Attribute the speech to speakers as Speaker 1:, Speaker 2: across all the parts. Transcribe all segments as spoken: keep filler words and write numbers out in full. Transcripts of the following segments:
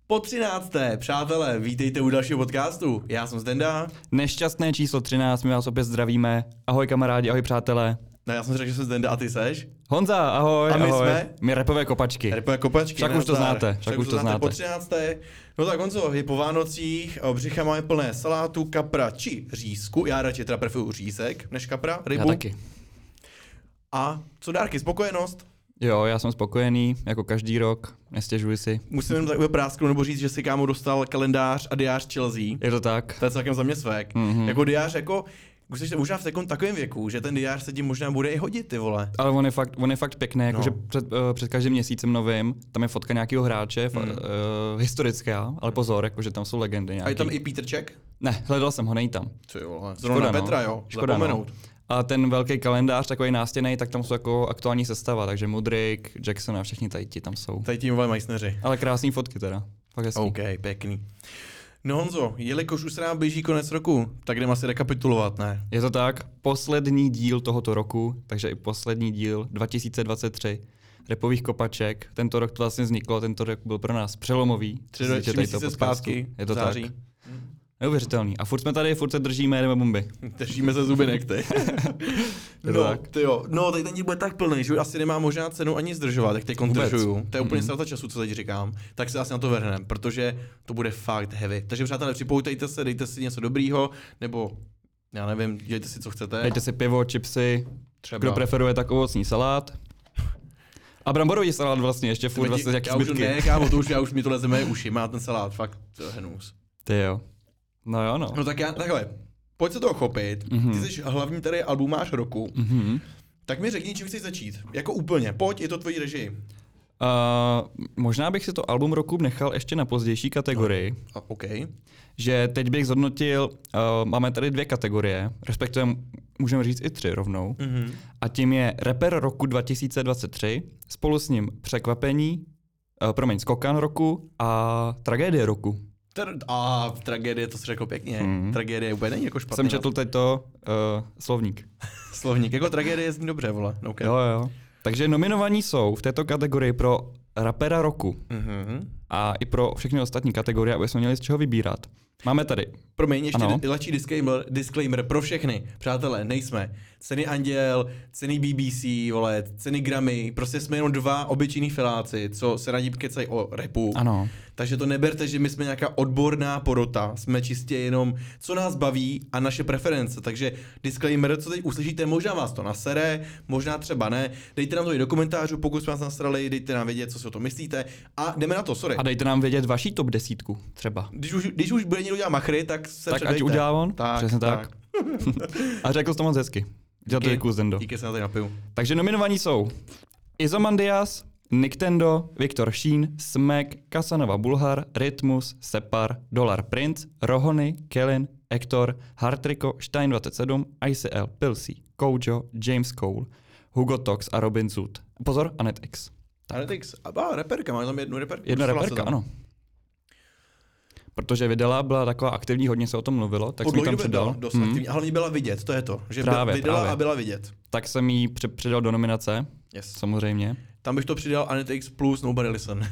Speaker 1: Po třinácté, přátelé, vítejte u dalšího podcastu. Já jsem Zdenda.
Speaker 2: Nešťastné číslo třináct, my vás opět zdravíme. Ahoj kamarádi, ahoj přátelé.
Speaker 1: No já jsem řekl, že jsem Zdenda a ty seš?
Speaker 2: Honza, ahoj,
Speaker 1: a my
Speaker 2: ahoj.
Speaker 1: jsme?
Speaker 2: My rapové kopačky.
Speaker 1: Rapové kopačky.
Speaker 2: Však už to znáte, však už to znáte.
Speaker 1: Po třinácté. No tak Honzo, je po Vánocích, břicha máme plné salátu, kapra či řízku. Já radši teda preferuju řízek než kapra, rybu.
Speaker 2: Já taky.
Speaker 1: A co dárky, spokojenost?
Speaker 2: Jo, já jsem spokojený, jako každý rok, nestěžuji si.
Speaker 1: Musím jen takové prásknout nebo říct, že si kámo dostal kalendář a diář Chelsea.
Speaker 2: Je to tak.
Speaker 1: To je celkem za mě svek. Mm-hmm. Jako diář, jako, už jsi možná v takovém, takovém věku, že ten diář se ti možná bude i hodit, ty vole.
Speaker 2: Ale on je fakt, on je fakt pěkný, jakože
Speaker 1: No.
Speaker 2: před, uh, před každým měsícem novým, tam je fotka nějakého hráče, mm. uh, historická, ale pozor, jakože tam jsou legendy nějaký.
Speaker 1: A je tam i Pítrček?
Speaker 2: Ne, hledal jsem ho, nej tam.
Speaker 1: Co jo, vole. Zrovna
Speaker 2: Škoda,
Speaker 1: Petra,
Speaker 2: no.
Speaker 1: jo,
Speaker 2: Škoda,
Speaker 1: zapomenout.
Speaker 2: no. A ten velký kalendář, takový nástěnej, tak tam jsou jako aktuální sestava, takže Mudryk, Jackson a všichni tady ti tam jsou.
Speaker 1: Tady tím vole majsneři.
Speaker 2: Ale krásný fotky teda, fakt hezký.
Speaker 1: OK, pěkný. No Honzo, jelikož už se nám blíží konec roku, tak jdeme asi rekapitulovat, ne?
Speaker 2: Je to tak, poslední díl tohoto roku, takže i poslední díl dva tisíce dvacet tři rapových kopaček. Tento rok to vlastně vzniklo, tento rok byl pro nás přelomový.
Speaker 1: Tři, do, tři měsíce zpátky,
Speaker 2: je to
Speaker 1: září.
Speaker 2: tak. Neuvěřitelný. A furt jsme tady, furt se držíme, jdeme bomby.
Speaker 1: Držíme se zuby nekty. No,
Speaker 2: tak.
Speaker 1: tyjo. No, tady ten díl bude tak plný, že asi nemá možná cenu ani zdržovat, jak teď kontržuju. To je úplně mm-hmm. ztráta času, co teď říkám. Tak se asi na to vrhneme, protože to bude fakt heavy. Takže přátelé, připoujte se, dejte si něco dobrýho, nebo já nevím, dělejte si, co chcete.
Speaker 2: Dejte si pivo, chipsy,
Speaker 1: třeba.
Speaker 2: Kdo preferuje, tak ovocný salát. A bramborový salát vlastně, ještě furt vlastně jaký
Speaker 1: já už
Speaker 2: zbytky.
Speaker 1: ne, kámo, to už, já už mi to leze moje uši, má ten salát, fakt, to je hnus.
Speaker 2: Ty jo. No jo, no.
Speaker 1: No tak já, takhle, pojď se toho chopit, mm-hmm. ty jsi hlavní tady albumář roku, mm-hmm. tak mi řekni, čím chceš začít, jako úplně, pojď, je to tvojí režii.
Speaker 2: Uh, možná bych si to album roku nechal ještě na pozdější kategorii.
Speaker 1: No. A, OK.
Speaker 2: Že teď bych zhodnotil, uh, máme tady dvě kategorie, respektive můžeme říct i tři rovnou. Mm-hmm. A tím je rapper roku dva tisíce dvacet tři, spolu s ním překvapení, uh, promiň, skokan roku a tragédie roku.
Speaker 1: A tragédie, to jsi řekl pěkně. Mm. Tragédie úplně není jako špatný.
Speaker 2: Jsem četl teď to uh, slovník.
Speaker 1: Slovník, jako tragédie zní dobře, vole. Okay.
Speaker 2: Jo, jo. Takže nominovaní jsou v této kategorii pro rapera roku. Mm-hmm. A i pro všechny ostatní kategorie, aby jsme měli z čeho vybírat. Máme tady.
Speaker 1: Promiň, ještě lehčí disclaimer, disclaimer pro všechny. Přátelé, nejsme ceny Anděl, ceny B B C, vole, ceny Grammy, prostě jsme jenom dva obyčejní filáci, co se radí kecají o rapu.
Speaker 2: Ano.
Speaker 1: Takže to neberte, že my jsme nějaká odborná porota, jsme čistě jenom, co nás baví a naše preference. Takže disclaimer, co teď uslyšíte, možná vás to nasere, možná třeba ne. Dejte nám to i do komentářů, pokud jsme vás nasrali, dejte nám vědět, co si o tom myslíte. A jdeme na to, sorry.
Speaker 2: A dejte nám vědět vaší top desítku třeba.
Speaker 1: Když už, když už bude někdo dělat machry, tak se
Speaker 2: tak
Speaker 1: předejte.
Speaker 2: ať udělá on,
Speaker 1: tak,
Speaker 2: přesně tak. tak. A řekl jsi to moc hezky. Dělal to děkuju, Zdendo.
Speaker 1: Díky, se na to napiju.
Speaker 2: Takže nominovaní jsou Izomandias, Niktendo, Viktor Sheen, Smek, Casanova Bulhar, Rytmus, Separ, Dollar Prince, Rohony, Kellen, Hector, Hartriko, Stein dvacet sedm, I C L, Pilsy, Kojo, James Cole, Hugo Tox a Robin Zoot. Pozor, Anet X.
Speaker 1: Anet X, a reperka, má tam jednu reperku.
Speaker 2: Jedna reperka, ano. Protože vydala, byla taková aktivní, hodně se o tom mluvilo, tak jsem ji tam přidal.
Speaker 1: Dost hmm. aktivní, a hlavně byla vidět, to je to, že
Speaker 2: právě,
Speaker 1: vydala
Speaker 2: právě.
Speaker 1: a byla vidět.
Speaker 2: Tak jsem jí přidal do nominace,
Speaker 1: yes.
Speaker 2: samozřejmě.
Speaker 1: Tam bych to přidal Anet X plus Nobody Listen.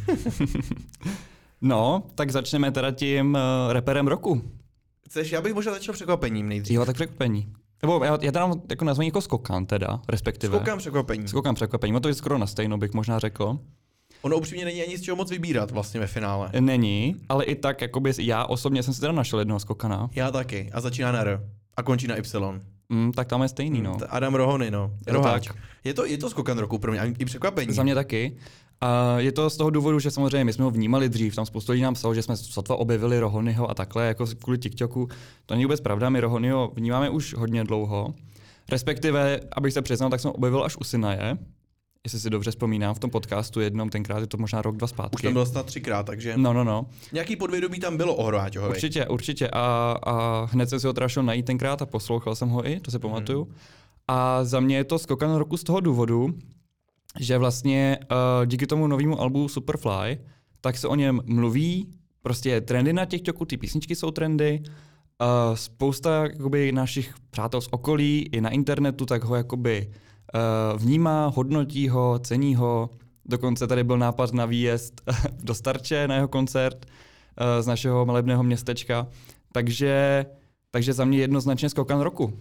Speaker 2: No, tak začneme teda tím uh, reperem roku.
Speaker 1: Chceš, já bych možná začal překvapením nejdřív.
Speaker 2: Jo, tak překvapení. Nebo já, já tam jako nazvím jako skokan teda, respektive.
Speaker 1: Skokan překvapení.
Speaker 2: Skokan překvapení, no to je skoro na stejno, bych možná řekl.
Speaker 1: Ono upřímně není ani z čeho moc vybírat vlastně ve finále.
Speaker 2: Není, ale i tak, jakoby já osobně jsem si teda našel jednoho skokana.
Speaker 1: Já taky. A začíná na R. A končí na Y.
Speaker 2: Mm, tak tam je stejný, no.
Speaker 1: Adam Rohony, no.
Speaker 2: Je
Speaker 1: Roháč.
Speaker 2: tak.
Speaker 1: Je to, je to skokan roku pro mě, i překvapení.
Speaker 2: Za mě taky. A je to z toho důvodu, že samozřejmě my jsme ho vnímali dřív, tam spoustu lidí nám psalo, že jsme sotva objevili Rohonyho a takhle, jako kvůli TikToku. To není vůbec pravda, my Rohonyho vnímáme už hodně dlouho. Respektive, abych se přiznal, tak jsem objevil až u Sinaje. Jestli si dobře vzpomínám, v tom podcastu jednom, tenkrát je to možná rok, dva zpátky.
Speaker 1: Už tam byl snad třikrát, takže...
Speaker 2: No, no, no.
Speaker 1: Nějaký podvědomí tam bylo o Hroháťovi.
Speaker 2: Určitě, určitě. A, a hned jsem si ho teda šel najít tenkrát a poslouchal jsem ho i, to si pamatuju. Hmm. A za mě je to skokan roku z toho důvodu, že vlastně uh, díky tomu novému albu Superfly, tak se o něm mluví, prostě trendy na TikToku, ty písničky jsou trendy, uh, spousta jakoby, našich přátel z okolí i na internetu tak ho jakoby uh, vnímá, hodnotí ho, cení ho, Dokonce tady byl nápad na výjezd do Starče na jeho koncert z našeho malebného městečka. Takže, takže za mě jednoznačně skokan roku.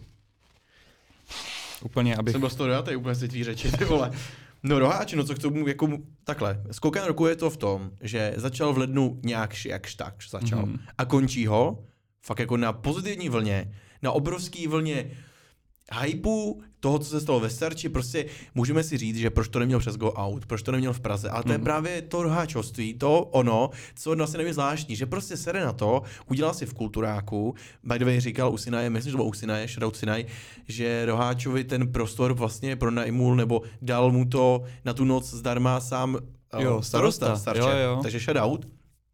Speaker 2: Úplně, abych...
Speaker 1: Jsem byl z toho dojatý, úplně si tvý řeči, ty vole. No Roháč, no co k tomu, jako takhle. Skokan roku je to v tom, že začal v lednu nějak jakž tak začal. Mm-hmm. A končí ho fakt jako na pozitivní vlně, na obrovský vlně hypeu toho, co se stalo ve Starči, prostě můžeme si říct, že proč to neměl přes Go Out, proč to neměl v Praze, ale to mm. je právě to roháčovství, to ono, co vlastně nevím zvláštní, že prostě sere na to, udělal si v Kulturáku, by the way říkal u Sinaje, myslím, že to bylo u Sinaje, shoutout Sinaj, že Roháčovi ten prostor vlastně pronajmul, nebo dal mu to na tu noc zdarma sám
Speaker 2: jo,
Speaker 1: starosta Starče,
Speaker 2: jo, jo.
Speaker 1: takže shoutout.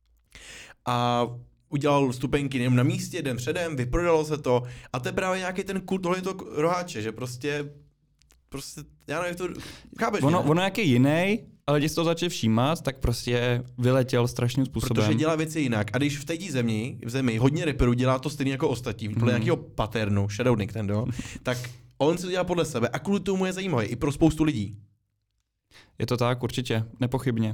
Speaker 1: A udělal stupenky jenom na místě, den předem, vyprodalo se to a to je právě nějaký ten kult tohle to Roháče, že prostě, prostě, já nevím, to chápeš,
Speaker 2: ono, ono nějaký jiný, ale když jsi to začal všímat, tak prostě vyletěl strašným způsobem.
Speaker 1: Protože dělá věci jinak a když v té zemi, v zemi hodně reperů dělá to stejně jako ostatní, podle mm. nějakého paternu, Shadow Nintendo, tak on si to dělá podle sebe a kvůli tomu je zajímavý i pro spoustu lidí.
Speaker 2: Je to tak, určitě, nepochybně.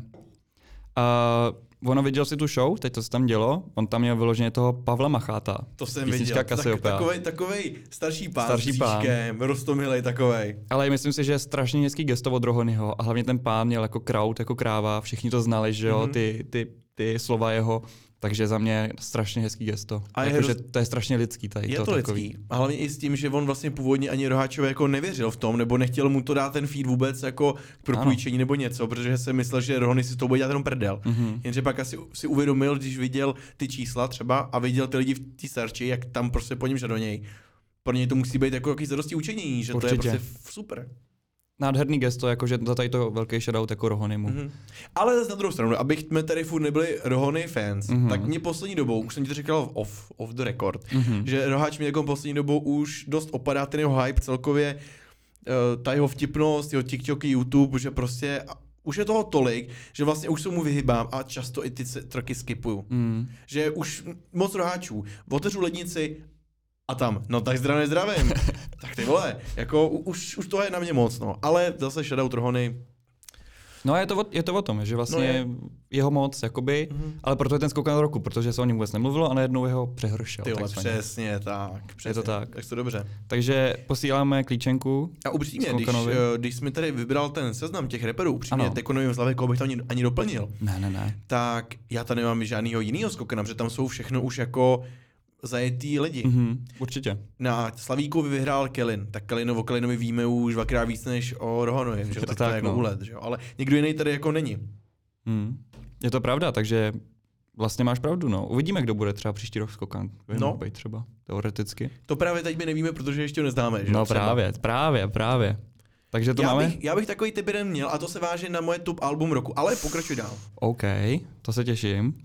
Speaker 2: Uh, ono viděl si tu show, teď to se tam dělo, on tam měl vyloženě toho Pavla Macháta.
Speaker 1: To jsem viděl, tak, takovej, takovej starší pán
Speaker 2: starší
Speaker 1: s příčkem, rostomilej takovej.
Speaker 2: Ale myslím si, že je strašně hezký gesto od Rohonyho a hlavně ten pán měl jako kraut, jako kráva, všichni to znali, že jo, mm-hmm. ty, ty, ty slova jeho. Takže za mě strašně hezký gesto. A jako, je že to je strašně lidský tady.
Speaker 1: Je
Speaker 2: to,
Speaker 1: to lidský. A hlavně i s tím, že on vlastně původně ani Roháčovi jako nevěřil v tom, nebo nechtěl mu to dát ten feed vůbec jako k propůjčení nebo něco, protože se myslel, že Rohony si to bude dělat jenom prdel. Mm-hmm. Jenže pak asi si uvědomil, když viděl ty čísla třeba a viděl ty lidi v té Starči, jak tam prostě po něm šel do něj. Pro něj to musí být jako jaký zadosti učení, že určitě. To je prostě super.
Speaker 2: Nádherný gesto, jakože za tady to velký shoutout jako Rohonymu.
Speaker 1: Mm-hmm. Ale zase na druhou stranu, abych jsme tady furt nebyli Rohony fans, mm-hmm. tak mě poslední dobou, už jsem ti to říkal off, off the record, mm-hmm. že Roháč mě jako poslední dobou už dost opadá ten jeho hype celkově, uh, ta jeho vtipnost, jeho TikToky, YouTube, že prostě už je toho tolik, že vlastně už se mu vyhybám a často i ty tracky skipuju. Mm. Že už moc Roháčů, otevřu lednici a tam, no tak zdravím, zdravím. Tak ty vole, jako už, už to je na mě moc, no. Ale zase shoutout Rohony.
Speaker 2: No a je to o, je to o tom, že vlastně no je. jeho moc, jakoby, mm-hmm. ale proto je ten skokan roku, protože se o něm vůbec nemluvilo a najednou jeho přehršel.
Speaker 1: Ty vole, přesně tak. Přesně,
Speaker 2: je to tak.
Speaker 1: Tak to dobře.
Speaker 2: Takže posíláme klíčenku.
Speaker 1: A upřímně, když, když jsme tady vybral ten seznam těch reperů, upřímně, teď nevím z hlavy, koho bych to ani, ani doplnil.
Speaker 2: Ne, ne, ne.
Speaker 1: Tak já tady nemám žádnýho jinýho skokana, protože tam jsou všechno už jako zajetý lidi.
Speaker 2: Mm-hmm, určitě.
Speaker 1: Na Slavíkovi vyhrál Kelin, tak Kelinovo Kelinovi víme už dvakrát víc než o Rohanovi, že?
Speaker 2: Je to
Speaker 1: tak,
Speaker 2: tak,
Speaker 1: to je jako
Speaker 2: no.
Speaker 1: úlet, že? Ale někdo jiný tady jako není.
Speaker 2: Mm. Je to pravda, takže vlastně máš pravdu, no. Uvidíme, kdo bude třeba příští rok skokan. No. Být třeba, teoreticky.
Speaker 1: To právě teď my nevíme, protože ještě ho neznáme, že?
Speaker 2: No
Speaker 1: třeba.
Speaker 2: právě, právě, právě. Takže to
Speaker 1: já
Speaker 2: máme?
Speaker 1: Bych, já bych takový typ jeden měl a to se váže na moje top album roku, ale pokračuj dál.
Speaker 2: OK, to se těším.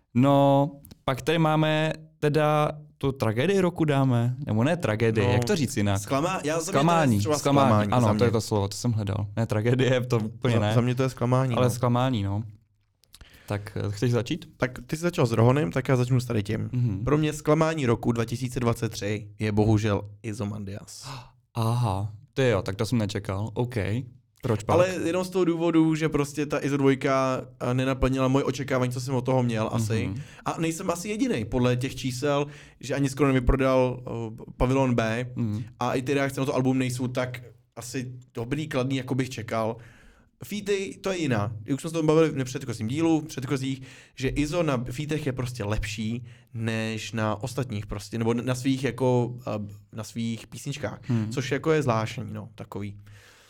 Speaker 2: No, pak tady máme teda tu tragédii roku dáme, nebo ne tragédii, no, jak to říct jinak?
Speaker 1: Zklama, já
Speaker 2: zklamání,
Speaker 1: to je
Speaker 2: zklamání,
Speaker 1: zklamání,
Speaker 2: ano, to je to slovo, to jsem hledal. Ne tragédie, to úplně
Speaker 1: za,
Speaker 2: ne.
Speaker 1: Za mě to je zklamání.
Speaker 2: Ale
Speaker 1: no.
Speaker 2: zklamání, no. Tak chceš začít?
Speaker 1: Tak ty jsi začal s Rohonem, tak já začnu s tady tím. Mm-hmm. Pro mě zklamání roku dva tisíce dvacet tři je bohužel Izomandias.
Speaker 2: Aha, ty jo, tak to jsem nečekal, OK. Proč pak?
Speaker 1: Ale jenom z toho důvodu, že prostě ta Izo dvojka nenaplnila moje očekávání, co jsem od toho měl asi. Mm-hmm. A nejsem asi jediný podle těch čísel, že ani skoro nevyprodal uh, Pavilon B mm-hmm. a i ty reakce na to album nejsou tak asi dobrý, kladný, jako bych čekal. Featy, to je jiná. Už jsme se tom bavili v předchozím dílu, v předchozích, že Izo na featech je prostě lepší než na ostatních prostě, nebo na svých jako, uh, na svých písničkách, mm. což jako je zvláštní, no, takový.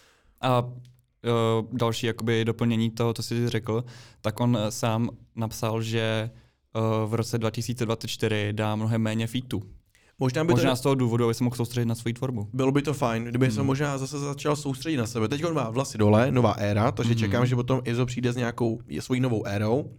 Speaker 2: A uh, další jakoby doplnění toho, co jsi řekl, tak on uh, sám napsal, že uh, v roce dva tisíce dvacet čtyři dá mnohem méně featů. Možná, by možná to... z toho důvodu, aby se mohl soustředit na svou tvorbu.
Speaker 1: Bylo by to fajn, kdyby hmm. se možná zase začal soustředit na sebe. Teď on má vlasy dole, nová éra, takže hmm. čekám, že potom Izo přijde s nějakou svojí novou érou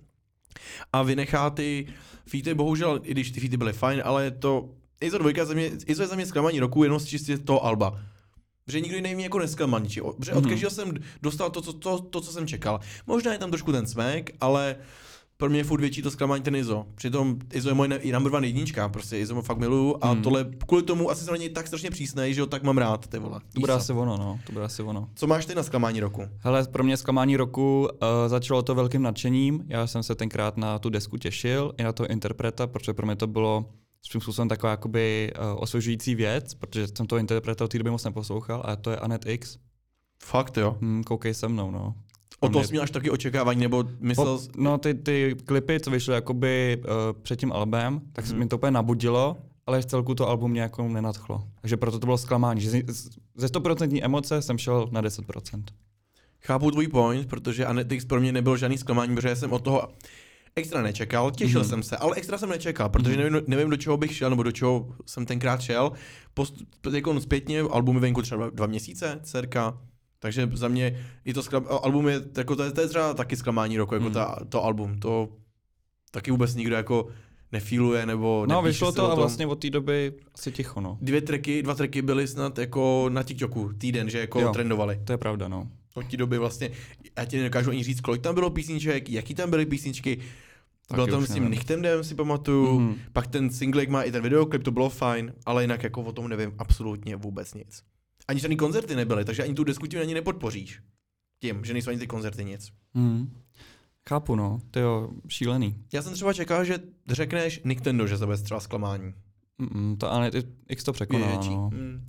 Speaker 1: a vynechá ty featy, bohužel, i když ty featy byly fajn, ale to Izo dvojka za mě, Izo je za mě zklamání roku jenom z čistě toho alba. Protože nikdo jiný mě jako nesklamaný, či protože od každého jsem dostal to, to, to, to, co jsem čekal. Možná je tam trošku ten smek, ale pro mě je furt větší to zklamání ten Izo. Přitom Izo je moje i number one jednička, prostě Izo fakt miluju a
Speaker 2: Hmm.
Speaker 1: tohle, kvůli tomu asi jsem na něj tak strašně přísnej, že ho tak mám rád, ty vole.
Speaker 2: To bude
Speaker 1: Víš
Speaker 2: asi ono, no, to bude asi ono.
Speaker 1: Co máš ty na zklamání roku?
Speaker 2: Hele, pro mě zklamání roku uh, začalo to velkým nadšením. Já jsem se tenkrát na tu desku těšil, i na toho interpreta, protože pro mě to bylo svým způsobem taková jakoby uh, osvěžující věc, protože jsem toho interpreta v té době moc neposlouchal, a to je Anet X.
Speaker 1: Fakt jo.
Speaker 2: Hmm, koukej se mnou, no.
Speaker 1: O to jsi měl až taky očekávání, nebo myslel jsi...
Speaker 2: No ty, ty klipy, co vyšly jakoby uh, před tím albem, tak
Speaker 1: Hmm.
Speaker 2: hmm. mi to úplně nabudilo, ale v celku to album mě jako nenadchlo. Takže proto to bylo zklamání, že z- ze sto procent emoce jsem šel na deset procent.
Speaker 1: Chápu tvůj point, protože Anetix pro mě nebyl žádný zklamání, protože jsem od toho extra nečekal, těšil
Speaker 2: Mhm.
Speaker 1: jsem se, ale extra jsem nečekal, protože
Speaker 2: Mhm.
Speaker 1: nevím, nevím, do čeho bych šel, nebo do čeho jsem tenkrát šel. Post, jako zpětně, album je venku třeba dva měsíce, cirka, takže za mě i to sklam, album je, jako to je, to je třeba taky zklamání roku, jako
Speaker 2: Mhm.
Speaker 1: ta, to album, to taky vůbec nikdo jako nefíluje, nebo
Speaker 2: No
Speaker 1: nepíše
Speaker 2: vyšlo
Speaker 1: se
Speaker 2: to
Speaker 1: o
Speaker 2: a
Speaker 1: tom.
Speaker 2: vlastně od té doby asi ticho, no.
Speaker 1: Dvě tracky, dva tracky byly snad jako na TikToku týden, že jako
Speaker 2: Jo.
Speaker 1: trendovali.
Speaker 2: To je pravda, no.
Speaker 1: Od té doby vlastně, já ti nedokážu ani říct, kolik tam bylo písniček, jaký tam byly písničky.
Speaker 2: Taky
Speaker 1: Byl tam
Speaker 2: už
Speaker 1: s tím
Speaker 2: nevím.
Speaker 1: Nichtendem, si pamatuju,
Speaker 2: Mhm.
Speaker 1: pak ten single, jak má i ten videoklip, to bylo fajn, ale jinak jako o tom nevím absolutně vůbec nic. Ani žádný koncerty nebyly, takže ani tu desku tím ani nepodpoříš. Tím, že nejsou ani ty koncerty nic.
Speaker 2: Mhm. Chápu, no. To jo, šílený.
Speaker 1: Já jsem třeba čekal, že řekneš Nichtendo, že to bude třeba zklamání.
Speaker 2: Mm-mm, to Anet X to překonala,
Speaker 1: Větší.
Speaker 2: no.
Speaker 1: Hmm.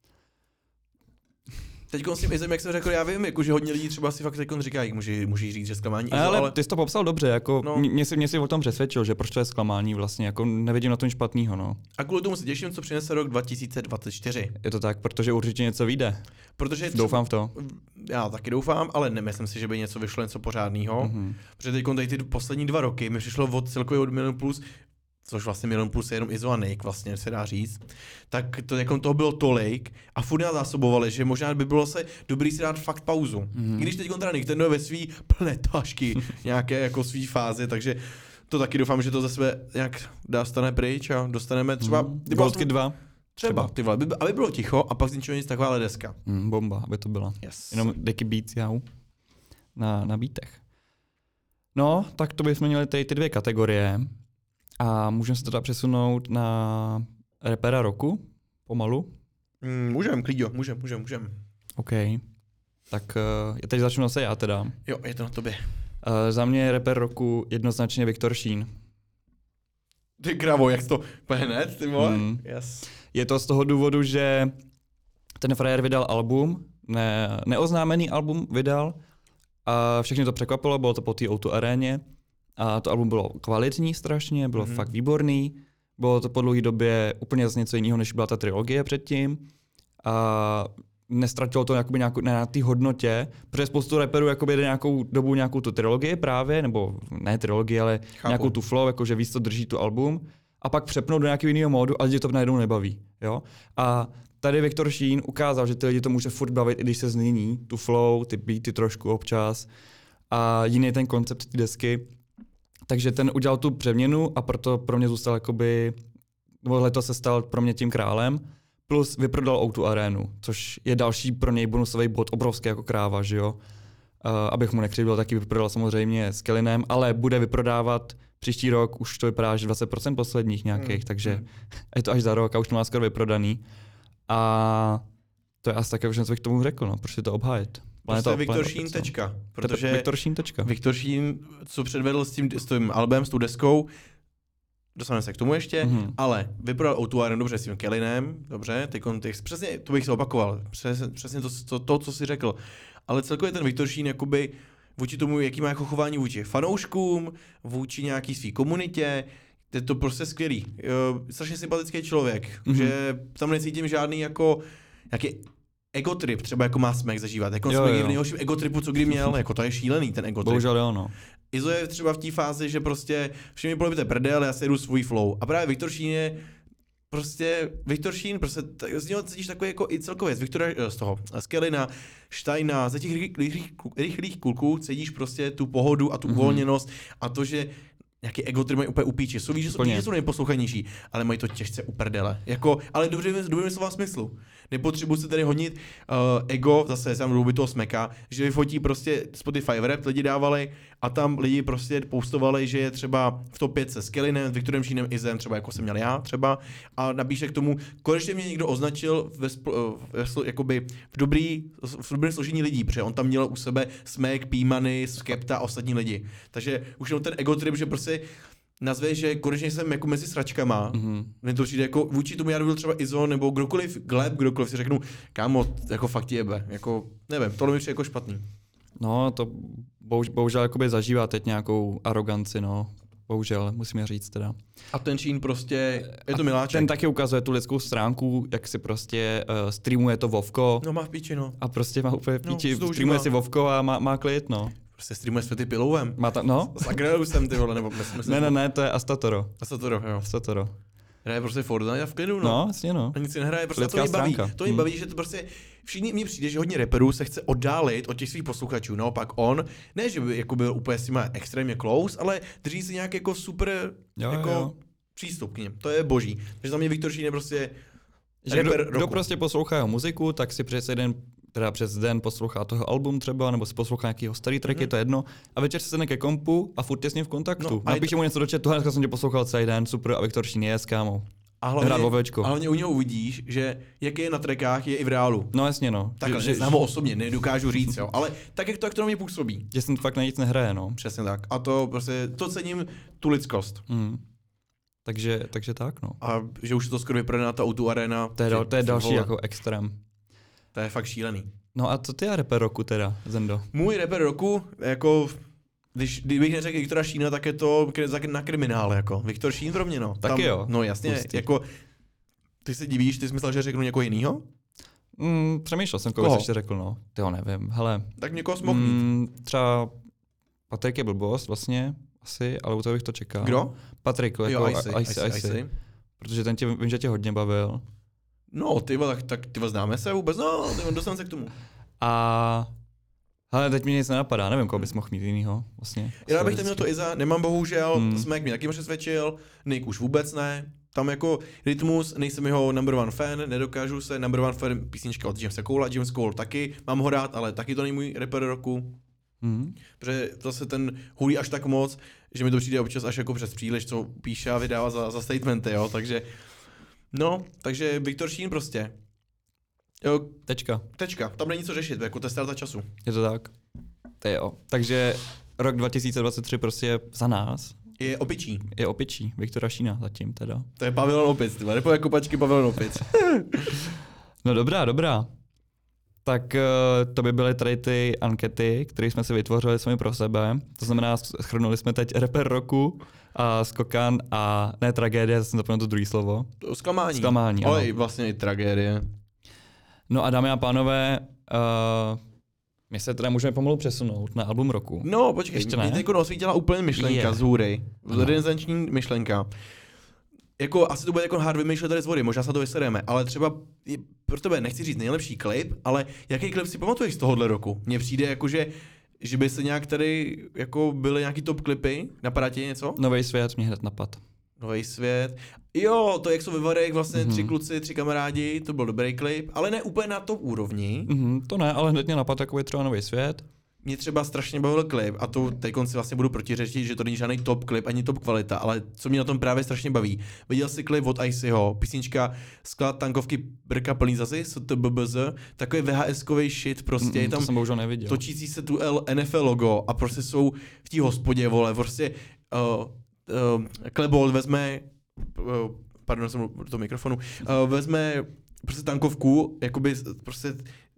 Speaker 1: Teď s tím Izem, jak jsem řekl, já vím, jako, že hodně lidí třeba si fakt teď říkají, může, může říct, že zklamání Izo,
Speaker 2: Ale,
Speaker 1: ale...
Speaker 2: ty jsi to popsal dobře, jako
Speaker 1: No.
Speaker 2: mě, mě, si, mě si o tom přesvědčil, že proč to je zklamání vlastně, jako nevidím na tom špatného, no.
Speaker 1: A kvůli tomu se těším, co přinese rok dva tisíce dvacet čtyři.
Speaker 2: Je to tak, protože určitě něco vyjde.
Speaker 1: Protože třeba-
Speaker 2: Doufám v to.
Speaker 1: Já taky doufám, ale nemyslím si, že by něco vyšlo, něco pořádného.
Speaker 2: Mhm.
Speaker 1: Protože teď tady ty poslední dva roky mi přišlo od celkově od Milion Plus, což vlastně Milion Plus je jenom Izo a Nick, vlastně se dá říct, tak to, jako toho bylo tolik a furt nás zásobovali, že možná by bylo se dobrý si dát fakt pauzu.
Speaker 2: Mhm.
Speaker 1: I když teď teda Nintendo je ve svý plné tašky, nějaké jako svý fázi, takže to taky doufám, že to ze sebe nějak dá stane pryč a dostaneme třeba...
Speaker 2: Mhm.
Speaker 1: kdyby
Speaker 2: Goldky
Speaker 1: aspoň-
Speaker 2: dva.
Speaker 1: Třeba, ty vole, aby, aby bylo ticho a pak z ničeho nic taková deska.
Speaker 2: Mm, bomba, aby to byla.
Speaker 1: Yes.
Speaker 2: Jenom deky beats, jau. Na, na beatech. No, tak to bychom měli tady ty dvě kategorie. A můžeme se teda přesunout na rapera roku, pomalu.
Speaker 1: Mm, můžem, klidňo, můžem, můžem, můžem.
Speaker 2: OK. Tak uh, teď začnu zase já teda.
Speaker 1: Jo, je to na tobě.
Speaker 2: Uh, za mě je rapper roku jednoznačně Viktor Sheen.
Speaker 1: Ty kravo, jak jsi to hned, ty vole?
Speaker 2: Mm.
Speaker 1: Yes.
Speaker 2: Je to z toho důvodu, že ten frajer vydal album, ne, neoznámený album vydal a všechny to překvapilo, bylo to po té ó dva aréně a to album bylo kvalitní strašně, bylo
Speaker 1: Mhm.
Speaker 2: mm-hmm. fakt výborný, bylo to po dlouhé době úplně zase něco jiného, než byla ta trilogie předtím a nestratilo to jakoby nějakou, na té hodnotě, protože spoustu rapperů jakoby jde nějakou dobu nějakou tu trilogii právě, nebo ne trilogii, ale
Speaker 1: Chápu.
Speaker 2: nějakou tu flow, jakože víc to drží tu album a pak přepnou do nějakého jiného módu a lidi to najednou nebaví. Jo? A tady Viktor Sheen ukázal, že ty lidi to může furt bavit, i když se změní tu flow, ty beaty trošku občas a jiný ten koncept té desky. Takže ten udělal tu přeměnu a proto pro mě zůstal jakoby, nebo letos se stal pro mě tím králem, plus vyprodal ó dva arénu, což je další pro něj bonusový bod, obrovský jako kráva, že jo. Uh, abych mu nekřivdil, taky vyprodal samozřejmě s Kellinem, ale bude vyprodávat příští rok, už to vypadá, že dvacet procent posledních nějakých,
Speaker 1: Mm,
Speaker 2: takže
Speaker 1: mm.
Speaker 2: je to až za rok a už to má skoro vyprodaný. A to je asi také všechno, co bych k tomu řekl, no, protože to obhájit.
Speaker 1: Prostě Viktor Sheen tečka, protože
Speaker 2: Viktor Sheen tečka.
Speaker 1: Viktor Sheen, co předvedl s tím, s tím albem, s tou deskou, dostaneme se k tomu ještě,
Speaker 2: Mhm.
Speaker 1: ale vyprodal ó dva Arenu dobře s tím Kellinem, dobře, ty kontext, přesně, to bych se opakoval, přesně, přesně to, to, to, co jsi řekl, ale celkově ten Viktor Sheen jakoby vůči tomu, jaký má jako chování vůči fanouškům, vůči nějaký svý komunitě, je to prostě skvělý. Jo, strašně sympatický člověk,
Speaker 2: Mhm.
Speaker 1: mm-hmm. že tam necítím žádný jako, jaký egotrip, třeba jako má Smek zažívat. Jako
Speaker 2: Jo,
Speaker 1: Smek je
Speaker 2: jo.
Speaker 1: v nejhorším egotripu, co kdy měl, jako to je šílený ten egotrip.
Speaker 2: Bohužel jo, no.
Speaker 1: Izo je třeba v té fázi, že prostě všemi polibíte prdel, já si jedu svůj flow. A právě Viktor Sheen je prostě, Viktor Sheen, prostě t- z něho cítíš takový jako i celkově z Viktora, z toho, z Kellina, Steina, ze těch rychlých, rychlých, rychlých kluků cítíš prostě tu pohodu a tu
Speaker 2: Mhm.
Speaker 1: uvolněnost a to, že nějaký egotrip mají úplně upíči. Jsou, víš, že jsou,
Speaker 2: Úplně.
Speaker 1: víš, že jsou nejposlouchanější, ale mají to těžce uprdele. Jako, ale dobře, v dobrém slova smyslu. Nepotřebuji se tady honit uh, ego, zase jsem mluvit toho Smeka, že vyfotí prostě Spotify rap, lidi dávali a tam lidi prostě postovali, že je třeba v top pět se Skellinem, Viktorem Sheenem, Izem, třeba jako jsem měl já třeba a napíše k tomu, konečně mě někdo označil ve, spl- ve, jakoby v dobrý, v dobrém složení lidí, protože on tam měl u sebe Smek, Pímany, Skepta a ostatní lidi. Takže už jenom ten ego trip, že prostě nazve, že konečně jsem jako mezi sračkama. Mm-hmm. Mně to přijde jako vůči tomu já byl třeba Izo nebo kdokoliv, Gleb, kdokoliv si řeknu, kámo, jako fakt jebe, jako nevím, tohle mi přijde jako špatný.
Speaker 2: No, to bohuž, bohužel jakoby zažívá teď nějakou aroganci, no. Bohužel, musíme říct teda.
Speaker 1: A ten Sheen prostě, je to miláček.
Speaker 2: Ten taky ukazuje tu lidskou stránku, jak si prostě uh, streamuje to Vovko.
Speaker 1: No má v píči, no.
Speaker 2: A prostě má úplně v píči,
Speaker 1: no,
Speaker 2: streamuje si Vovko a má, má klid, no.
Speaker 1: Prostě streamuje Světy Pilouvem.
Speaker 2: Má tam, no?
Speaker 1: S Agreusem, ty vole, nebo myslím,
Speaker 2: Ne, ne, ne, to je Astatoro.
Speaker 1: Astatoro, jo.
Speaker 2: Astatoro.
Speaker 1: Hraje prostě Fortnite a v klidu, no.
Speaker 2: No, jasně, no.
Speaker 1: A nic si nehraje, prostě
Speaker 2: Lidská
Speaker 1: to mě baví.
Speaker 2: stránka.
Speaker 1: To mě
Speaker 2: Hmm.
Speaker 1: baví, že to prostě, všichni mně přijde, že hodně rapperů se chce oddálit od těch svých posluchačů. Naopak on, ne, že by jako byl úplně s nimi extrémně close, ale drží si nějak jako super
Speaker 2: Jo,
Speaker 1: jako
Speaker 2: jo.
Speaker 1: přístup k nim. To je boží. Takže za mě Viktor Sheen je prostě
Speaker 2: Že
Speaker 1: rapper
Speaker 2: kdo,
Speaker 1: roku.
Speaker 2: kdo prostě poslouchá jeho muziku, tak si přes jeden, teda přes den poslouchá toho album třeba, nebo si poslouchá nějakýho starý tracky,
Speaker 1: Mhm.
Speaker 2: to je jedno. A večer se sedne ke kompu a furt je s ním v kontaktu.
Speaker 1: No,
Speaker 2: No,
Speaker 1: a je
Speaker 2: napíše
Speaker 1: to-
Speaker 2: mu něco do chatu, dneska jsem tě poslouchal celý den, super, a Viktor Sheen je s kámou.
Speaker 1: A
Speaker 2: Hrát
Speaker 1: hlavně,
Speaker 2: Vovečko.
Speaker 1: a hlavně u něho uvidíš, že jak je na trackách, je i v reálu.
Speaker 2: No jasně, no.
Speaker 1: Takhle,
Speaker 2: že,
Speaker 1: znám ho osobně, nedokážu říct, jo. Ale tak, jak to, jak to na mě působí.
Speaker 2: že jsem fakt na nic nehraje, no.
Speaker 1: Přesně tak. A to prostě, to cením tu lidskost.
Speaker 2: Mm. Takže, takže tak, no.
Speaker 1: A že už to skoro vyprodaná ta O dva Arena.
Speaker 2: To je, dal, to je
Speaker 1: Ty
Speaker 2: další
Speaker 1: vole,
Speaker 2: jako extrém.
Speaker 1: To je fakt šílený.
Speaker 2: No a co ty a rapper roku teda, Zendo?
Speaker 1: Můj rapper roku, jako, když, kdybych neřekl Viktora Sheena, tak je to kri- na kriminále, jako. Viktor Sheen pro mě, no.
Speaker 2: Taky jo.
Speaker 1: No jasně,
Speaker 2: Pustý.
Speaker 1: jako, ty se divíš, ty jsi myslel, že řeknu někoho jinýho?
Speaker 2: Mm, přemýšlel jsem, koho
Speaker 1: Koho?
Speaker 2: jsi ještě řekl, no. Ty ho nevím, hele.
Speaker 1: Tak někoho smohl mít.
Speaker 2: Mm, třeba Patrik je blbost vlastně, asi, ale u toho bych to čekal.
Speaker 1: Kdo?
Speaker 2: Patrik, jako
Speaker 1: Jo,
Speaker 2: a-
Speaker 1: Icy,
Speaker 2: Icy,
Speaker 1: Icy,
Speaker 2: Icy.
Speaker 1: Icy.
Speaker 2: Protože ten tě, vím, že tě hodně bavil.
Speaker 1: No, ty vole, tak, tak ty vole, známe se vůbec? No, ty vole, dostaneme se k tomu.
Speaker 2: A hele, teď mi nic nenapadá, nevím, koho bys mohl mít jinýho, vlastně.
Speaker 1: Já bych tam měl to Iza, nemám bohužel,
Speaker 2: Hmm.
Speaker 1: hmm. Smek mě taky přesvědčil, Nick už vůbec ne. Tam jako Rytmus, nejsem jeho number one fan, nedokážu se, number one fan písnička od Jamesa Cola, James Cole taky, mám ho rád, ale taky to není můj rapper roku.
Speaker 2: Mm.
Speaker 1: Protože zase ten hulí až tak moc, že mi to přijde občas až jako přes příliš, co píše a vydává za, za statementy, jo, takže no, takže Viktor Sheen prostě. Jo,
Speaker 2: Tečka,
Speaker 1: tečka, tam není co řešit, jako to je ztráta času.
Speaker 2: je to tak. To jo. Takže rok dva tisíce dvacet tři prostě za nás
Speaker 1: Je opičí.
Speaker 2: je opičí, Viktora Sheena zatím teda.
Speaker 1: To je pavilon opic, tyhle, nebo jako pačky pavilon opic.
Speaker 2: No dobrá, dobrá. Tak uh, to by byly tady ty ankety, které jsme si vytvořili sami pro sebe. To znamená, shrnuli jsme teď rapper roku, a skokan a ne tragédie, jsem zapomněl to druhé slovo.
Speaker 1: To zklamání.
Speaker 2: Zklamání,
Speaker 1: Ale
Speaker 2: ano.
Speaker 1: i vlastně i tragédie.
Speaker 2: No a dámy a pánové, uh, my se teda můžeme pomalu přesunout na album roku.
Speaker 1: No, počkej,
Speaker 2: Ještě
Speaker 1: mě
Speaker 2: ne?
Speaker 1: teď osvítila úplně myšlenka
Speaker 2: Je.
Speaker 1: z hůry.
Speaker 2: Ano.
Speaker 1: Renesanční myšlenka. Jako, asi to bude jako hard vymýšlet tady z vody, možná se na to vysereme, ale třeba je pro tebe, nechci říct nejlepší klip, ale jaký klip si pamatuješ z tohohle roku? Mně přijde jako, že, že by se nějak tady, jako byly nějaký top klipy, napadá ti něco?
Speaker 2: Nový svět mě hned napad.
Speaker 1: Nový svět. Jo, to jak jsou ve Varech, vlastně
Speaker 2: Mhm.
Speaker 1: tři kluci, tři kamarádi, to byl dobrý klip, ale ne úplně na top úrovni.
Speaker 2: Mhm, to ne, ale hned mě napad takový třeba Nový svět.
Speaker 1: Mě třeba strašně bavil klip a to teď si vlastně budu protiřečit, že to není žádný top klip ani top kvalita, ale co mě na tom právě strašně baví. Viděl jsi klip od Icyho, písnička Sklad tankovky brka plný zazy, S T B B Z, takový V H S-kový shit, prostě je
Speaker 2: Mm, to
Speaker 1: tam
Speaker 2: jsem bohužel neviděl.
Speaker 1: točící se tu L N F L logo a prostě jsou v té hospodě, vole, prostě uh, uh, Klebold vezme, uh, pardon, jsem do toho mikrofonu, uh, vezme prostě tankovku, jakoby prostě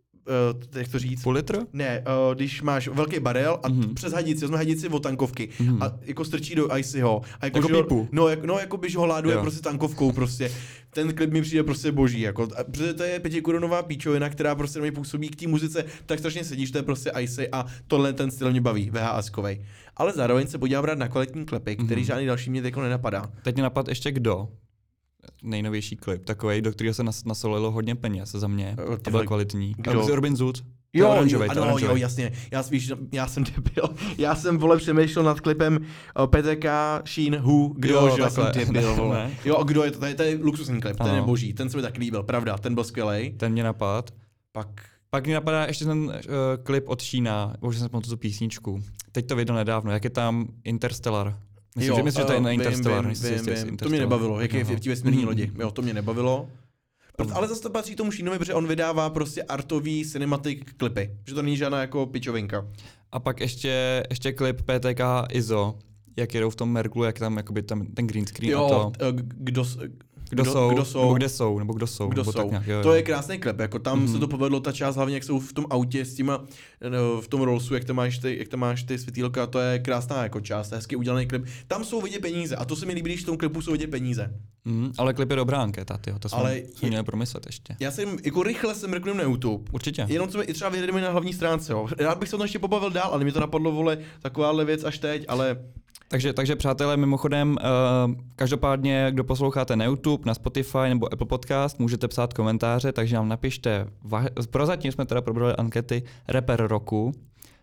Speaker 1: uh, jak to říct?
Speaker 2: Půl litr?
Speaker 1: Ne, uh, když máš velký barel a
Speaker 2: Mhm.
Speaker 1: mm-hmm. přes hadici, vezme hadici od tankovky
Speaker 2: Mhm.
Speaker 1: a jako strčí do Icyho. A jako,
Speaker 2: Jako
Speaker 1: že ho-
Speaker 2: pípu.
Speaker 1: No, jak, no, jako by, že ho láduje
Speaker 2: Jo.
Speaker 1: prostě tankovkou prostě. Ten klip mi přijde prostě boží, jako, a protože to je pětikorunová píčovina, která prostě na mě působí k té muzice, tak strašně sedíš, to je prostě Icy a tohle ten styl mě baví, V H S-kovej. Ale zároveň se podívám rád na kvalitní klipy, který
Speaker 2: Mhm.
Speaker 1: žádný další mě jako nenapadá.
Speaker 2: Teď mě napad ještě kdo? Nejnovější klip, takový, do kterého se nas- nasolilo hodně peněz za mě.
Speaker 1: Eh, ty
Speaker 2: A byl
Speaker 1: vole,
Speaker 2: kvalitní.
Speaker 1: kdo?
Speaker 2: A Robin Zoot.
Speaker 1: Jo,
Speaker 2: To je oranžovej,
Speaker 1: jo,
Speaker 2: to je
Speaker 1: ano, jo,
Speaker 2: oranžovej.
Speaker 1: jasně. Já spíš, já jsem debil. Já jsem, vole, přemýšlel nad klipem uh, P T K, Sheen, Who, kdo,
Speaker 2: Jo,
Speaker 1: že já jsem
Speaker 2: takhle.
Speaker 1: debil,
Speaker 2: Ne,
Speaker 1: vole.
Speaker 2: ne.
Speaker 1: Jo, a kdo je to? To je, to je luxusní klip, ten
Speaker 2: Ano.
Speaker 1: je boží, ten se mi tak líbil, pravda, ten byl skvělej.
Speaker 2: Ten mě napad.
Speaker 1: Pak,
Speaker 2: Pak mi napadá ještě ten uh, klip od Sheena, už jsem pamatuju tu písničku. Teď to vydal nedávno, jak je tam Interstellar. Myslím,
Speaker 1: jo,
Speaker 2: že, myslím, že to je na Interstellar.
Speaker 1: Vím, vím, vím, vím. To mě nebavilo, jak je v té vesmírné lodi. Jo, to mě nebavilo. Proto, ale zase to patří tomu Sheenovi, protože on vydává prostě artový cinematic klipy. Že to není žádná jako pičovinka.
Speaker 2: A pak ještě, ještě klip P T K I S O, jak jedou v tom Merklu, jak tam jakoby tam ten green screen
Speaker 1: jo,
Speaker 2: a to.
Speaker 1: Kdo,
Speaker 2: Kdo, kdo, jsou, kdo jsou, nebo kde jsou, nebo kdo jsou.
Speaker 1: Kdo
Speaker 2: nebo
Speaker 1: jsou.
Speaker 2: Tak nějak, jo,
Speaker 1: to
Speaker 2: jo.
Speaker 1: je krásný klip, jako tam mm-hmm. se to povedlo, ta část hlavně, jak jsou v tom autě s těma, no, v tom Rollsu, jak tam máš ty, jak tam máš ty světýlka, to je krásná jako část, hezky udělaný klip. Tam jsou vidět peníze a to se mi líbí, když v tom klipu jsou vidět peníze.
Speaker 2: Mm, ale klip je dobrá anketa, tyjo, to jsme,
Speaker 1: ale
Speaker 2: jsme měli promyslet ještě.
Speaker 1: Já jsem, jako rychle jsem mrknul na YouTube.
Speaker 2: Určitě.
Speaker 1: Jenom co mi i třeba vyjedeme na hlavní stránce, jo. Rád bych se o tom ještě pobavil dál, ale mi to napadlo, vole, takováhle věc až teď, ale...
Speaker 2: Takže, takže přátelé, mimochodem, uh, každopádně, kdo posloucháte na YouTube, na Spotify nebo Apple Podcast, můžete psát komentáře, takže nám napište, va- prozatím jsme teda probrali ankety Rapper roku, uh,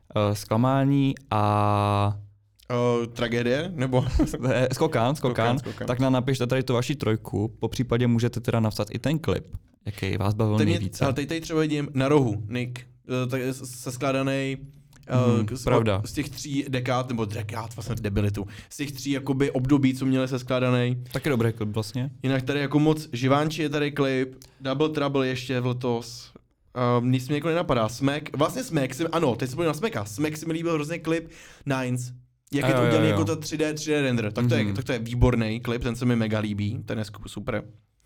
Speaker 2: zklamání a...
Speaker 1: Uh, tragédie, nebo...
Speaker 2: skokán, skokán,
Speaker 1: skokán, skokán,
Speaker 2: tak nám napište tady tu vaši trojku, po případě můžete teda napsat i ten klip, jaký vás bavil
Speaker 1: Teď
Speaker 2: nejvíce.
Speaker 1: Ale teď tady třeba vidím na rohu, Nick, uh, tak se skládaný
Speaker 2: Hmm,
Speaker 1: uh, z,
Speaker 2: pravda.
Speaker 1: z těch tří dekád, nebo dekád, vlastně debilitu, z těch tří jakoby období, co měli se skládaný.
Speaker 2: Taky dobrý klip vlastně.
Speaker 1: Jinak tady jako moc, Živánči je tady klip, Double Trouble ještě v letos, uh, nic mi jako nenapadá, Smack, vlastně Smack, jsem, ano, teď se pojďme na Smacka, Smack si mi líbil hrozně klip Nines, jak
Speaker 2: a
Speaker 1: je to
Speaker 2: jo,
Speaker 1: udělaný
Speaker 2: jo,
Speaker 1: jako
Speaker 2: jo.
Speaker 1: to tři dé, tři dé render, tak to,
Speaker 2: mm-hmm.
Speaker 1: je, tak to je výborný klip, ten se mi mega líbí, ten je super.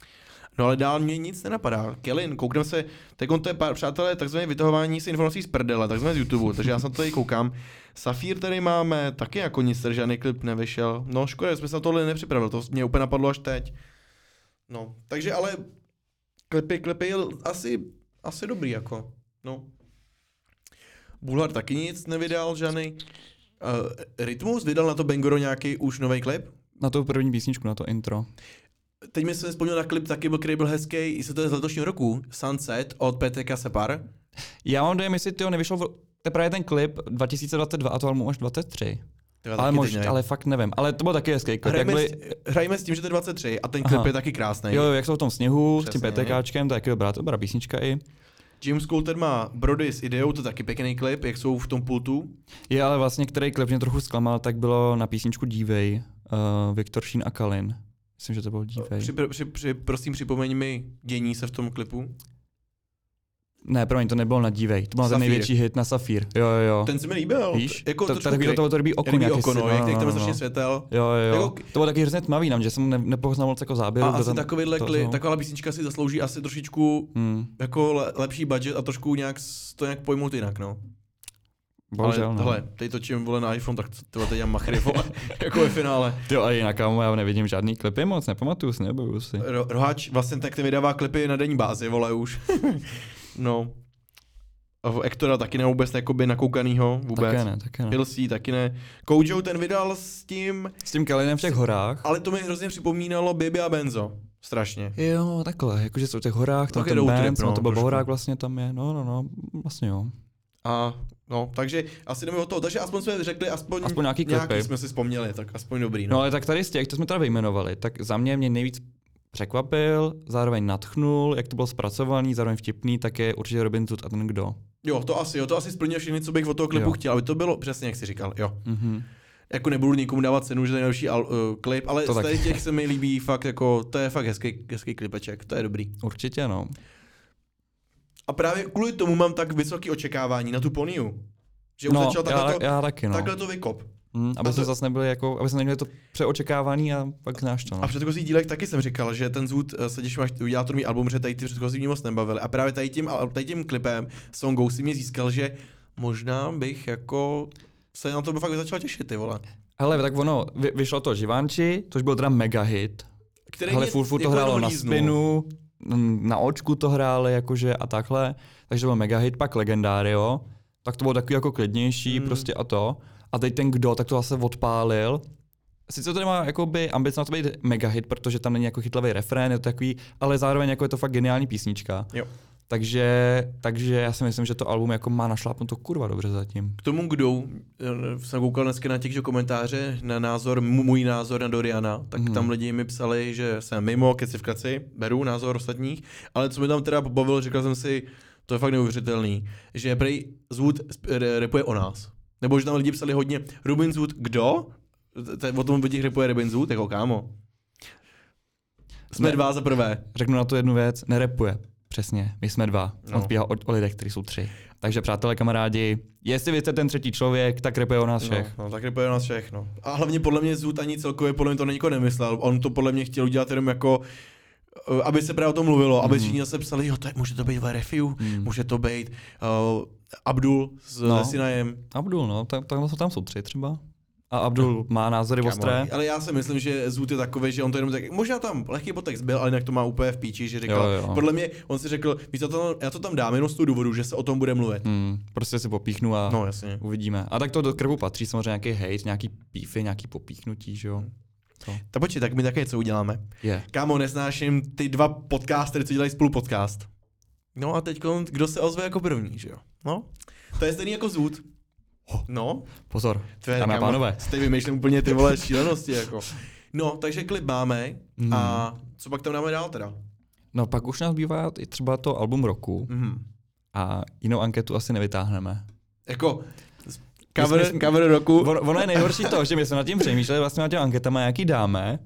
Speaker 1: No ale dál mě nic nenapadá. Kelin, koukneme se, tak on to je, přátelé, takzvané vytahování si informací z prdele, takzvané z YouTube, takže já se na to tady koukám. Safír tady máme, taky jako nic, žádný klip nevyšel. No škoda, jsme se na tohle nepřipravili, to mě úplně napadlo až teď. No, takže ale klipy, klipy je asi, asi dobrý jako, no. Bulhar taky nic nevydal, žádný. Uh, Rytmus vydal na to Bangoro nějaký už nový klip?
Speaker 2: Na tu první písničku, na to intro.
Speaker 1: Teď mi se vzpomněl na klip taky, který byl hezký, jestli to je z letošního roku, Sunset od P T K Separ.
Speaker 2: Já mám dojem, jestli to nevyšlo, v... teprve je ten klip dva tisíce dvacet dva a to album až dvacet tři. Ale, mož, ale fakt nevím, ale to byl taky hezký klip.
Speaker 1: Hrajeme,
Speaker 2: byli...
Speaker 1: s, hrajeme s tím, že to je dvacet tři a ten klip Aha. je taky krásný.
Speaker 2: Jo, jo, jak jsou v tom sněhu, přesně. S tím PTKčkem, to je taky dobrá, to dobrá písnička i.
Speaker 1: James Coulter má Brody s ideou, to je taky pěkný klip, jak jsou v tom pultu.
Speaker 2: Je, ale vlastně, který klip mě trochu zklamal, tak bylo na písničku Dívej, uh, Viktor Šín a Kalin. Myslím, že to byl Dívej.
Speaker 1: Při, při, při, prosím, připomeň mi dění se v tom klipu.
Speaker 2: Ne, promiň, to nebylo na Dívej, to byl ten největší hit na Safír. Jo, jo, jo.
Speaker 1: Ten se mi líbil.
Speaker 2: Víš?
Speaker 1: Jako
Speaker 2: to, to, to, to, to rybí oko.
Speaker 1: Rybí oko, no,
Speaker 2: no,
Speaker 1: jak, jak
Speaker 2: no,
Speaker 1: tam
Speaker 2: no,
Speaker 1: strašně
Speaker 2: no.
Speaker 1: světel.
Speaker 2: Jo, jo,
Speaker 1: jako,
Speaker 2: to bylo taky hrozně tmavý nám, že jsem ne, nepoznal moc jako záběru.
Speaker 1: A asi
Speaker 2: tam,
Speaker 1: takovýhle
Speaker 2: to,
Speaker 1: klip,
Speaker 2: no.
Speaker 1: taková písnička si zaslouží asi trošičku hmm. jako le, lepší budget a trošku nějak to nějak pojmout jinak, no.
Speaker 2: Bohužel,
Speaker 1: ale
Speaker 2: no.
Speaker 1: tohle, teď točím, vole, na iPhone, tak tohle teď dělám machry, vole, jako ve finále.
Speaker 2: Jo, a jinak, já nevidím žádný klipy moc, nepamatuju si, nebudu si.
Speaker 1: Ro, Roháč vlastně tak ten vydává klipy na denní bázi, vole, už. No. Ektora taky ne vůbec jakoby nakoukanýho, vůbec.
Speaker 2: Také ne, také ne.
Speaker 1: Hilsey taky ne. Kojo ten vydal s tím...
Speaker 2: S tím Kalinem v těch horách.
Speaker 1: Ale to mi hrozně připomínalo Baby a Benzo. Strašně.
Speaker 2: Jo, takhle, jakože jsou v těch horách, tam
Speaker 1: Také
Speaker 2: ten Benz,
Speaker 1: trip, no,
Speaker 2: no, to byl
Speaker 1: trošku.
Speaker 2: horák vlastně tam je, no, no, no, vlastně jo.
Speaker 1: A no, takže asi jdeme od toho, takže aspoň jsme řekli, aspoň,
Speaker 2: aspoň nějaký klipy.
Speaker 1: Nějaký jsme si vzpomněli, tak aspoň dobrý. No,
Speaker 2: no ale tak tady z těch, to jsme teda vyjmenovali, tak za mě mě nejvíc překvapil, zároveň nadchnul, jak to bylo zpracovaný, zároveň vtipný, tak je určitě Robin Hood a ten kdo.
Speaker 1: Jo, to asi, jo, to asi splnilo všechny, co bych od toho klipu
Speaker 2: jo.
Speaker 1: chtěl, aby to bylo přesně, jak jsi říkal, jo.
Speaker 2: Mm-hmm.
Speaker 1: Jako nebudu nikomu dávat cenu, že to je nejlepší uh, klip, ale
Speaker 2: to
Speaker 1: z tady
Speaker 2: tak.
Speaker 1: těch se mi líbí fakt jako, to je fakt hezký, hezký klipeček, to je dobrý.
Speaker 2: Určitě, no.
Speaker 1: A právě kvůli tomu mám tak vysoké očekávání na tu Poniu. Že už
Speaker 2: no,
Speaker 1: začal takhle,
Speaker 2: já,
Speaker 1: to,
Speaker 2: já taky, no.
Speaker 1: takhle to vykop.
Speaker 2: Mm, aby
Speaker 1: to,
Speaker 2: jsme zase nebyli jako, aby jsme neměli to přeočekávání a pak znáš to. No.
Speaker 1: A v předchozích dílech taky jsem říkal, že ten Zoot se těším, až udělá to nový album, že tady ty předchozí mě moc nebavili. A právě tady tím, tady tím klipem Songou si mě získal, že možná bych jako se na to fakt začal těšit, ty vole.
Speaker 2: Hele, tak ono, vy, vyšlo to Živánči, což byl teda mega hit.
Speaker 1: Který
Speaker 2: Hele, furt, furt to hrálo na spinu, na očku to hráli jakože a takhle, takže to byl mega hit, pak Legendario, tak to bylo takový jako klidnější hmm. prostě a to. A teď ten kdo, tak to zase odpálil. Sice to nemá jakoby ambice na to být mega hit, protože tam není jako chytlavý refrén, je to takový, ale zároveň jako je to fakt geniální písnička.
Speaker 1: Jo.
Speaker 2: Takže, takže já si myslím, že to album jako má našlápnuto kurva dobře zatím.
Speaker 1: K tomu kdo, jsem koukal dneska na těch komentáře, na názor, můj názor na Doriana, tak hmm. tam lidi mi psali, že jsem mimo, keci v kaci, beru názor ostatních, ale co mi tam teda pobavilo, říkal jsem si, To je fakt neuvěřitelný, že prej Zoot rapuje o nás. Nebo že tam lidi psali hodně, Robin Zoot, kdo? O tom těch rapuje Robin Zoot, jako kámo. Jsme ne, dva za prvé.
Speaker 2: Řeknu na to jednu věc, nerapuje. Přesně, my jsme dva. No. On zpívá o, o lidech, kteří jsou tři. Takže přátelé, kamarádi, jestli vy jste ten třetí člověk, tak rapuje o nás všech.
Speaker 1: No, no tak rapuje o nás všech, no. A hlavně podle mě Zoot ani celkově podle mě to nikdo nemyslel. On to podle mě chtěl udělat jenom jako, aby se právě o tom mluvilo, mm. aby všichni zase psali, jo, to je, může to být Verefew, mm. může to být uh, Abdul s no. Sinajem.
Speaker 2: Abdul, no, tam, tam, tam jsou tři třeba. A Abdul no. má názory
Speaker 1: Kámo,
Speaker 2: ostré.
Speaker 1: Ale já si myslím, že Zoot je takový, že on to jenom tak, možná tam lehký podtext byl, ale jinak to má úplně v píči, že říkal, jo, jo. podle mě, on si řekl, víš, to, já to tam dám jenom z toho důvodu, že se o tom bude mluvit.
Speaker 2: Hmm, prostě si popíchnu a
Speaker 1: no, jasně.
Speaker 2: uvidíme. A tak to do krvu patří samozřejmě nějaký hate, nějaký pífy, nějaký popíchnutí, že jo.
Speaker 1: Co? Tak počkej, tak my také co uděláme.
Speaker 2: Yeah.
Speaker 1: Kámo, nesnáším ty dva podcastery, co dělají spolu podcast. No a teď kdo se ozve jako první, že jo? No, to je stejný jako Zoot. No.
Speaker 2: Pozor,
Speaker 1: dámy a pánové. Teď vymýšlím úplně ty vole šílenosti, jako. No, takže klip máme mm. a co pak tam dáme dál teda?
Speaker 2: No pak už nás bývá i třeba to album roku mm. a jinou anketu asi nevytáhneme.
Speaker 1: Jako cover, jsme, cover roku?
Speaker 2: Ono, ono je nejhorší to, že my jsme nad tím přemýšleli vlastně nad těmi anketama, jaký dáme.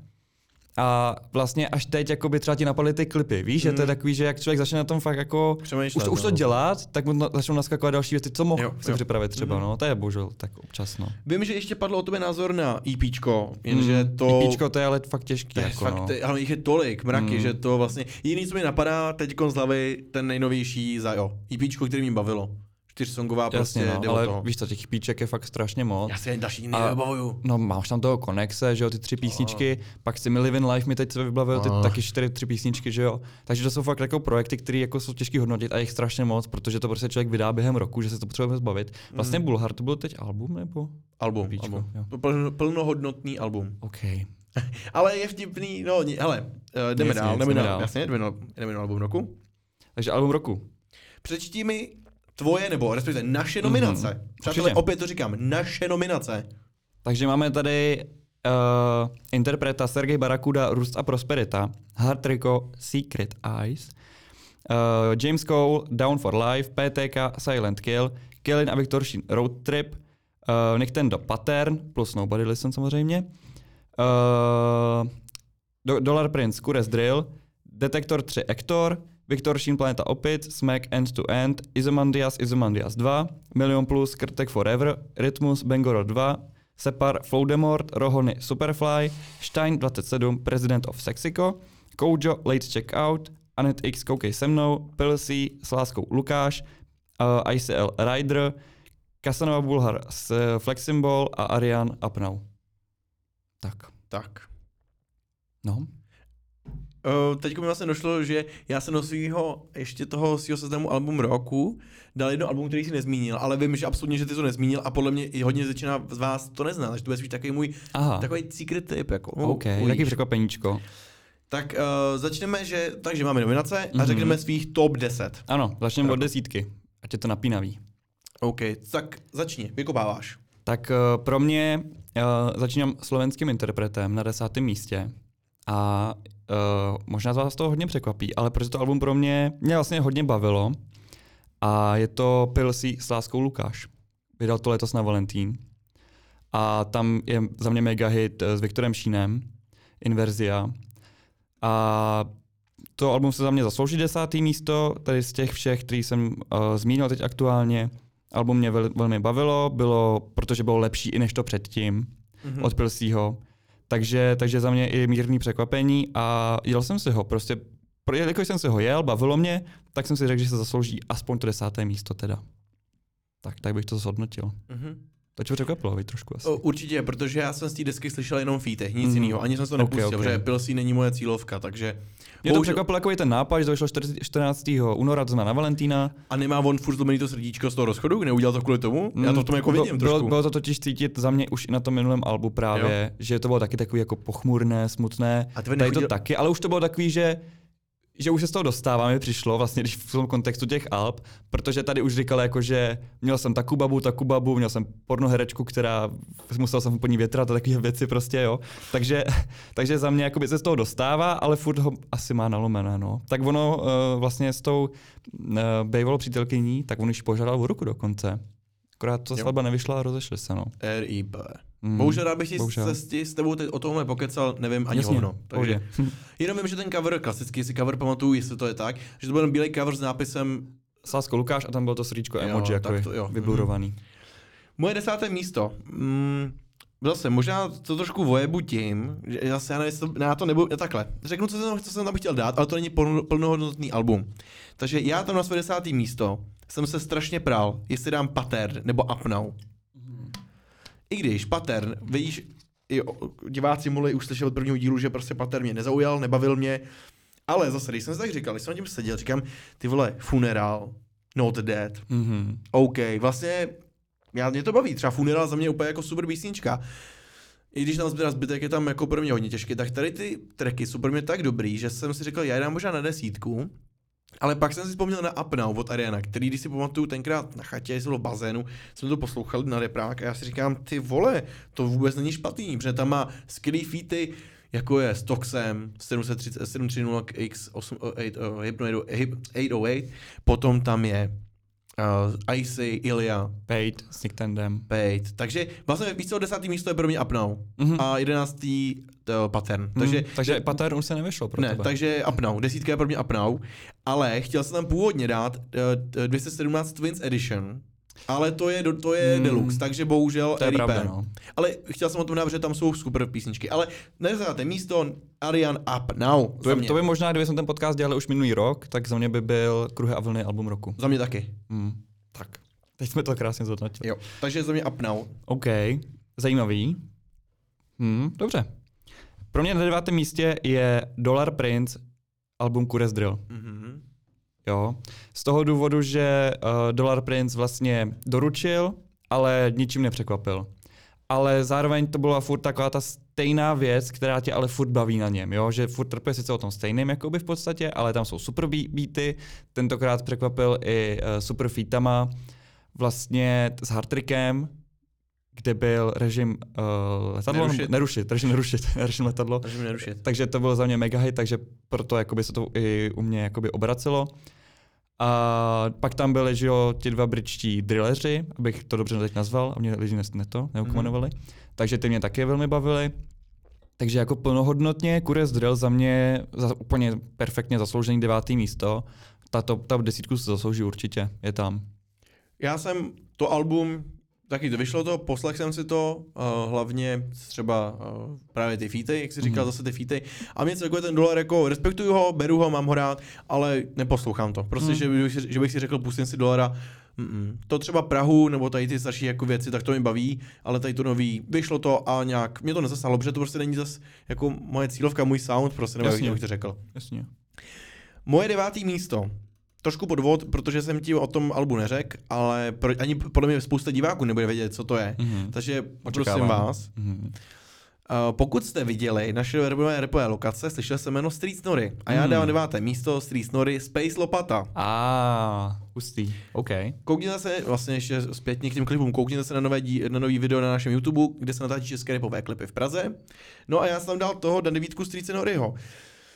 Speaker 2: A vlastně až teď jakoby třeba ti napadly ty klipy, víš, mm. že to je takový, že jak člověk začne na tom fakt jako už to, už to dělat, tak mu začnou naskakovat další věci, co mohl si připravit třeba, mm. no, to je bohužel tak občas, no.
Speaker 1: Vím, že ještě padlo o tobě názor na EPčko, jenže
Speaker 2: mm.
Speaker 1: to...
Speaker 2: EPčko to je ale fakt těžký,
Speaker 1: to
Speaker 2: jako
Speaker 1: fakt,
Speaker 2: no.
Speaker 1: Ale jich je tolik, mraky, mm. že to vlastně, jediný, co mi napadá teďkon z hlavy, ten nejnovější za jo, EPčko, který mě bavilo. Čtyřsongová prostě
Speaker 2: no, ale toho. Víš co, těch píček je fakt strašně moc.
Speaker 1: Já si jen další nevybavuju.
Speaker 2: No máš tam toho Konexe, že jo, ty tři písničky, oh. pak si mi Live in Life mi teď se vybavil, ty oh. taky čtyři, tři písničky, že jo. Takže to jsou fakt jako projekty, které jako jsou těžký hodnotit a jich strašně moc, protože to prostě člověk vydá během roku, že se to potřebuje zbavit. Vlastně mm. Bulhar, to byl teď album nebo?
Speaker 1: Album, Píčko, album. Jo. To plnohodnotný album.
Speaker 2: OK.
Speaker 1: Ale je vtipný, no hele, uh, jdeme jasně, dál, jdeme dál, jasně, jdeme na, jdeme na album roku.
Speaker 2: Takže album roku.
Speaker 1: Přečti mi tvoje, nebo respektive naše nominace. Mm-hmm. Přátelé, opět to říkám, naše nominace.
Speaker 2: Takže máme tady uh, interpreta Sergej Barakuda, Růst a prosperita, Hard Rico, Secret Eyes, uh, James Cole, Down for Life, P T K, Silent Kill, Killin a Viktor Sheen, Road Trip, uh, Nintendo Pattern, plus Nobody Listen samozřejmě, uh, Do- Dollar Prince, Kures Drill, Detektor tři Ektor, Viktor Sheen Planeta Opit, Smack End to End, Izomandias Izomandias dva, Milion Plus, Krtek Forever, Rytmus, Bangoro dva, Separ, Floudemort, Rohony Superfly, Stein dvacet sedm, President of Sexico, Koujo, Late Checkout, Anet X, Koukej se mnou, Pilsy s láskou Lukáš, uh, I C L Rider, Casanova Bulhar s Fleximbol a Arian Upnow. Tak.
Speaker 1: Tak.
Speaker 2: No.
Speaker 1: Uh, teď mi vlastně došlo, že já jsem do svýho, ještě toho svýho seznamu album roku dal jedno album, který si nezmínil, ale vím, že absolutně, že ty to nezmínil a podle mě i hodně většina z vás to nezná, takže to bude spíš takový můj
Speaker 2: Aha.
Speaker 1: takový secret tip, jako.
Speaker 2: OK, jaký překvapeníčko.
Speaker 1: Tak uh, začneme, že, takže máme nominace a mm-hmm. řekneme svých top deset.
Speaker 2: Ano, začneme od desítky, ať je to napínavý.
Speaker 1: OK, tak začni, vykopáváš.
Speaker 2: Tak uh, pro mě uh, začínám slovenským interpretem na desátém místě a Uh, možná z vás to hodně překvapí, ale protože to album pro mě mě vlastně hodně bavilo a je to Pilsy s láskou Lukáš. Vydal to letos na Valentín a tam je za mě mega hit s Viktorem Sheenem, Inverzia a to album se za mě zaslouží desátý místo, tady z těch všech, který jsem uh, zmínil teď aktuálně. Album mě vel, velmi bavilo, bylo, protože bylo lepší i než to předtím mm-hmm. od Pilsího. Takže, takže za mě i mírný překvapení a jel jsem si ho, prostě, jelikož jsem si ho jel, bavilo mě, tak jsem si řekl, že se zaslouží aspoň to desáté místo teda. Tak, tak bych to zhodnotil. Mm-hmm. To tě překvapilo, vy trošku asi.
Speaker 1: O, určitě, protože já jsem z té desky slyšel jenom featech, nic mm. jiného, ani jsem to nepustil, okay, okay. protože Pilsy není moje cílovka, takže...
Speaker 2: Mě to překvapilo jako ten nápad, že to vyšlo čtrnáctého února, to znamená na Valentína.
Speaker 1: A nemá on furt zlomený to srdíčko z toho rozchodu? Neudělal to kvůli tomu? Já to v tom jako vidím
Speaker 2: bylo,
Speaker 1: trošku.
Speaker 2: Bylo to totiž cítit za mě už i na tom minulém albu právě, jo. že to bylo taky takový jako pochmurné, smutné. A tady to chodil... taky, ale už to bylo takový, že že už se z toho dostáváme, přišlo vlastně, když v tom kontextu těch Alp, protože tady už říkal jako, že měl jsem taku babu, taku babu, měl jsem pornoherečku, která musel jsem po ní větrat a takové věci prostě, jo. Takže, takže za mě jakoby se z toho dostává, ale furt ho asi má nalomené, no. Tak ono uh, vlastně s tou uh, bývalou přítelkyní, tak on už požádal o ruku dokonce. Akorát to svatba nevyšla a rozešli se, no.
Speaker 1: R I P.
Speaker 2: Mm,
Speaker 1: Bohužel rád bych si
Speaker 2: bohužel.
Speaker 1: s, s tebou teď o tomhle pokecal, nevím ani
Speaker 2: Jasně,
Speaker 1: hovno. Takže
Speaker 2: pohodě.
Speaker 1: jenom vím, že ten cover, klasický si cover pamatuju, jestli to je tak, že to byl bílý cover s nápisem
Speaker 2: Sásko Lukáš a tam bylo to srdíčko
Speaker 1: Jo,
Speaker 2: emoji, jako
Speaker 1: tak to jo.
Speaker 2: vyblurovaný.
Speaker 1: Moje desáté místo. Mm, zase, možná to trošku vojebu tím, že zase já nevím, jestli to, já to nebudu, já takhle. Řeknu, co jsem, co jsem tam chtěl dát, ale to není plno- plnohodnotný album. Takže já tam na své desáté místo jsem se strašně prál, jestli dám Pattern nebo Up Now. I když Pattern, vidíš, i diváci mohli už slyšet od prvního dílu, že prostě Pattern mě nezaujal, nebavil mě, ale zase, když jsem se tak říkal, když jsem na tím seděl, říkám, ty vole, Funeral, Not Dead,
Speaker 2: Mm-hmm.
Speaker 1: OK, vlastně, já, mě to baví, třeba Funeral za mě je úplně jako super písnička. I když tam zbyt, zbytek je tam jako pro mě hodně těžký, tak tady ty tracky jsou pro mě tak dobrý, že jsem si řekl, já dám možná na desítku, ale pak jsem si vzpomněl na Up Now od Ariana, který, když si pamatuju tenkrát na chatě, jestli bylo v bazénu, jsem to poslouchal na reprák a já si říkám, ty vole, to vůbec není špatný, protože tam má skvělý featy, jako je s Toxem, sedm set třicet, sedm set třicet X osm set osm, potom tam je uh, Icy, Ilya,
Speaker 2: Paid s Nick Tandem.
Speaker 1: Paid. Takže vlastně víc o desátý místo je pro mě Up Now
Speaker 2: Mm-hmm.
Speaker 1: a jedenáctý to Pattern. Takže,
Speaker 2: mm, takže Pattern už se nevyšlo pro
Speaker 1: ne,
Speaker 2: tebe.
Speaker 1: takže Up Now. Desítka je pro mě Up Now, ale chtěl jsem tam původně dát uh, dvě stě sedmnáct Twins Edition, ale to je, to je
Speaker 2: Mm.
Speaker 1: deluxe, takže bohužel
Speaker 2: To je
Speaker 1: R I P.
Speaker 2: pravda, no.
Speaker 1: Ale chtěl jsem o tom dát, že tam jsou super písničky. Ale na desáté místo Arian Up Now.
Speaker 2: To
Speaker 1: za
Speaker 2: by,
Speaker 1: mě.
Speaker 2: to by možná, kdyby jsme ten podcast dělali už minulý rok, tak za mě by byl Kruhy a vlny album roku.
Speaker 1: Za mě taky.
Speaker 2: Mm. Tak. Teď jsme to krásně zhodnotili.
Speaker 1: Jo. Takže za mě Up Now.
Speaker 2: OK, zajímavý. Hmm, dobře. Pro mě na devátém místě je Dollar Prince album Kures Drill.
Speaker 1: Mhm.
Speaker 2: Jo. Z toho důvodu, že uh, Dollar Prince vlastně doručil, ale ničím nepřekvapil. Ale zároveň to byla furt taková ta stejná věc, která tě ale furt baví na něm, jo? Že furt trpuje sice o tom stejným jakoby v podstatě, ale tam jsou super beaty, tentokrát překvapil i uh, super featama, vlastně s Hardtrickem, kde byl režim uh, letadlo,
Speaker 1: Nerušit.
Speaker 2: nerušit, režim nerušit, režim letadlo.
Speaker 1: Takže mě nerušit.
Speaker 2: Takže to byl za mě mega hit, takže proto jakoby se to i u mě jakoby obracelo. A pak tam byli, že jo, ti dva britští drilleři, abych to dobře teď nazval, a mě lidi ne to neukomenovali. Mm-hmm. Takže ty mě taky velmi bavili. Takže jako plnohodnotně Kures Drill za mě za úplně perfektně zasloužený devátý místo. Tato, ta desítku se zaslouží určitě, je tam.
Speaker 1: Já jsem to album, taky to vyšlo to, poslech jsem si to, uh, hlavně třeba uh, právě ty featy, jak jsi říkal, mm-hmm. zase ty featy. A mě celkově ten Dolar jako, respektuju ho, beru ho, mám ho rád, ale neposlouchám to. Prostě, mm. že, bych si, že bych si řekl, pustím si Dolara. Mm-mm. To třeba Prahu, nebo tady ty starší jako věci, tak to mi baví, ale tady to nový, vyšlo to a nějak, mě to nezasahlo, protože to prostě není zase jako moje cílovka, můj sound, prostě nebo jak bych to řekl.
Speaker 2: Jasně.
Speaker 1: Moje devátý místo. Trošku podvod, protože jsem ti o tom albu neřekl, ale pro, ani podle mě spousta diváků nebude vědět, co to je.
Speaker 2: Mm-hmm.
Speaker 1: Takže prosím
Speaker 2: Očekávám.
Speaker 1: vás,
Speaker 2: Mm-hmm.
Speaker 1: uh, pokud jste viděli naše repové, repové lokace, slyšeli jste jméno Street Snorri. A já
Speaker 2: Mm.
Speaker 1: dávám deváté místo Street Snorri Space Lopata.
Speaker 2: A hustý, OK.
Speaker 1: Koukněte se, vlastně ještě zpětně k těm klipům, koukněte se na, nové dí, na nový video na našem YouTube, kde se natáčí české repové klipy v Praze. No a já jsem tam dal toho na devítku Street Snorriho. Uh,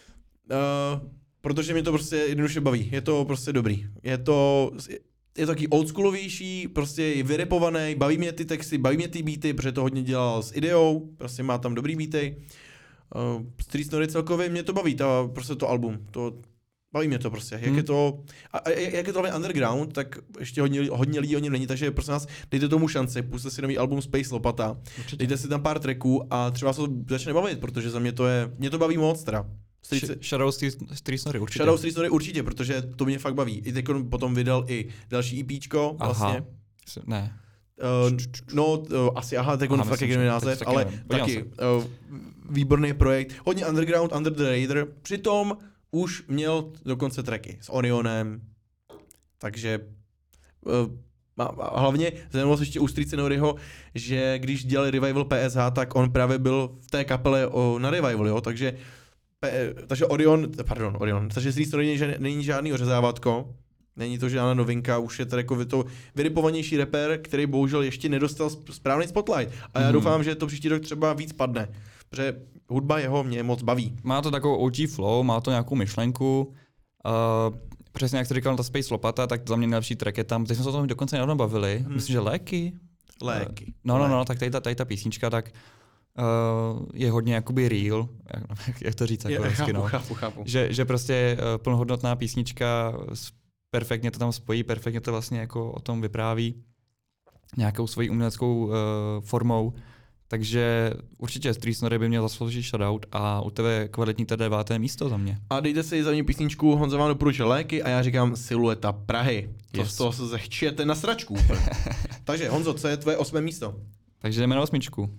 Speaker 1: protože mě to prostě jednoduše baví. Je to prostě dobrý. Je to, je to taky oldschoolovější, prostě je vyrepovaný, baví mě ty texty, baví mě ty beaty, protože to hodně dělal s ideou, prostě má tam dobrý beaty. Uh, Street Snorri celkově mě to baví, ta, prostě to album. To, baví mě to prostě. Jak
Speaker 2: Hmm.
Speaker 1: je to, a, a jak je to underground, tak ještě hodně, hodně lidí o něm není, takže prosím vás, dejte tomu šanci, pusťte si nový album Space Lopata,
Speaker 2: Určitě.
Speaker 1: dejte si tam pár tracků a třeba se to začne bavit, protože za mě to je, mě to baví moc teda.
Speaker 2: Sh- Shadow Street Snorri, určitě.
Speaker 1: Shadow Street Snorri určitě, protože to mě fakt baví. I teď potom vydal i další EPčko vlastně.
Speaker 2: Aha. Ne.
Speaker 1: Uh, no, uh, asi aha, tak on
Speaker 2: Aha,
Speaker 1: fakt
Speaker 2: myslím,
Speaker 1: je
Speaker 2: že-
Speaker 1: název,
Speaker 2: tak
Speaker 1: ale
Speaker 2: taky nevím. Podívám
Speaker 1: taky uh, výborný projekt. Hodně underground, under the radar. Přitom už měl dokonce tracky s Orionem, takže uh, a, a hlavně zajímalo se ještě u Street Snorriho, že když dělali Revival P S H, tak on právě byl v té kapele o, na Revival, jo, takže Pe, takže Orion, pardon, Orion, takže z to není, není žádný ořezávátko, není to žádná novinka, už je tady jako to vyripovanější rapper, který bohužel ještě nedostal správný spotlight. A já mm. doufám, že to příští rok třeba víc padne, protože hudba jeho mě moc baví.
Speaker 2: Má to takovou O G flow, má to nějakou myšlenku, uh, přesně jak jsi říkal, ta Space Lopata, tak to za mě nejlepší track je tam, teď jsme se o tom dokonce nedávno bavili, hmm. myslím, že Léky.
Speaker 1: Léky.
Speaker 2: No, no, no, tak tady ta, tady ta písnička, tak uh, je hodně jakoby real, jak, jak to říct, jako
Speaker 1: je,
Speaker 2: hezky,
Speaker 1: chápu,
Speaker 2: no.
Speaker 1: chápu, chápu.
Speaker 2: Že, že prostě uh, plnohodnotná písnička, perfektně to tam spojí, perfektně to vlastně jako o tom vypráví nějakou svojí uměleckou uh, formou. Takže určitě Street Snorri by měl zasloužit shoutout a u tebe kvalitní té deváté místo za mě.
Speaker 1: A dejte si za mě písničku, Honza vám doporučil Léky a já říkám Silueta Prahy. To yes. z toho se zechčijete na sračku. Takže Honzo, co je tvoje osmé místo?
Speaker 2: Takže jdeme na osmičku.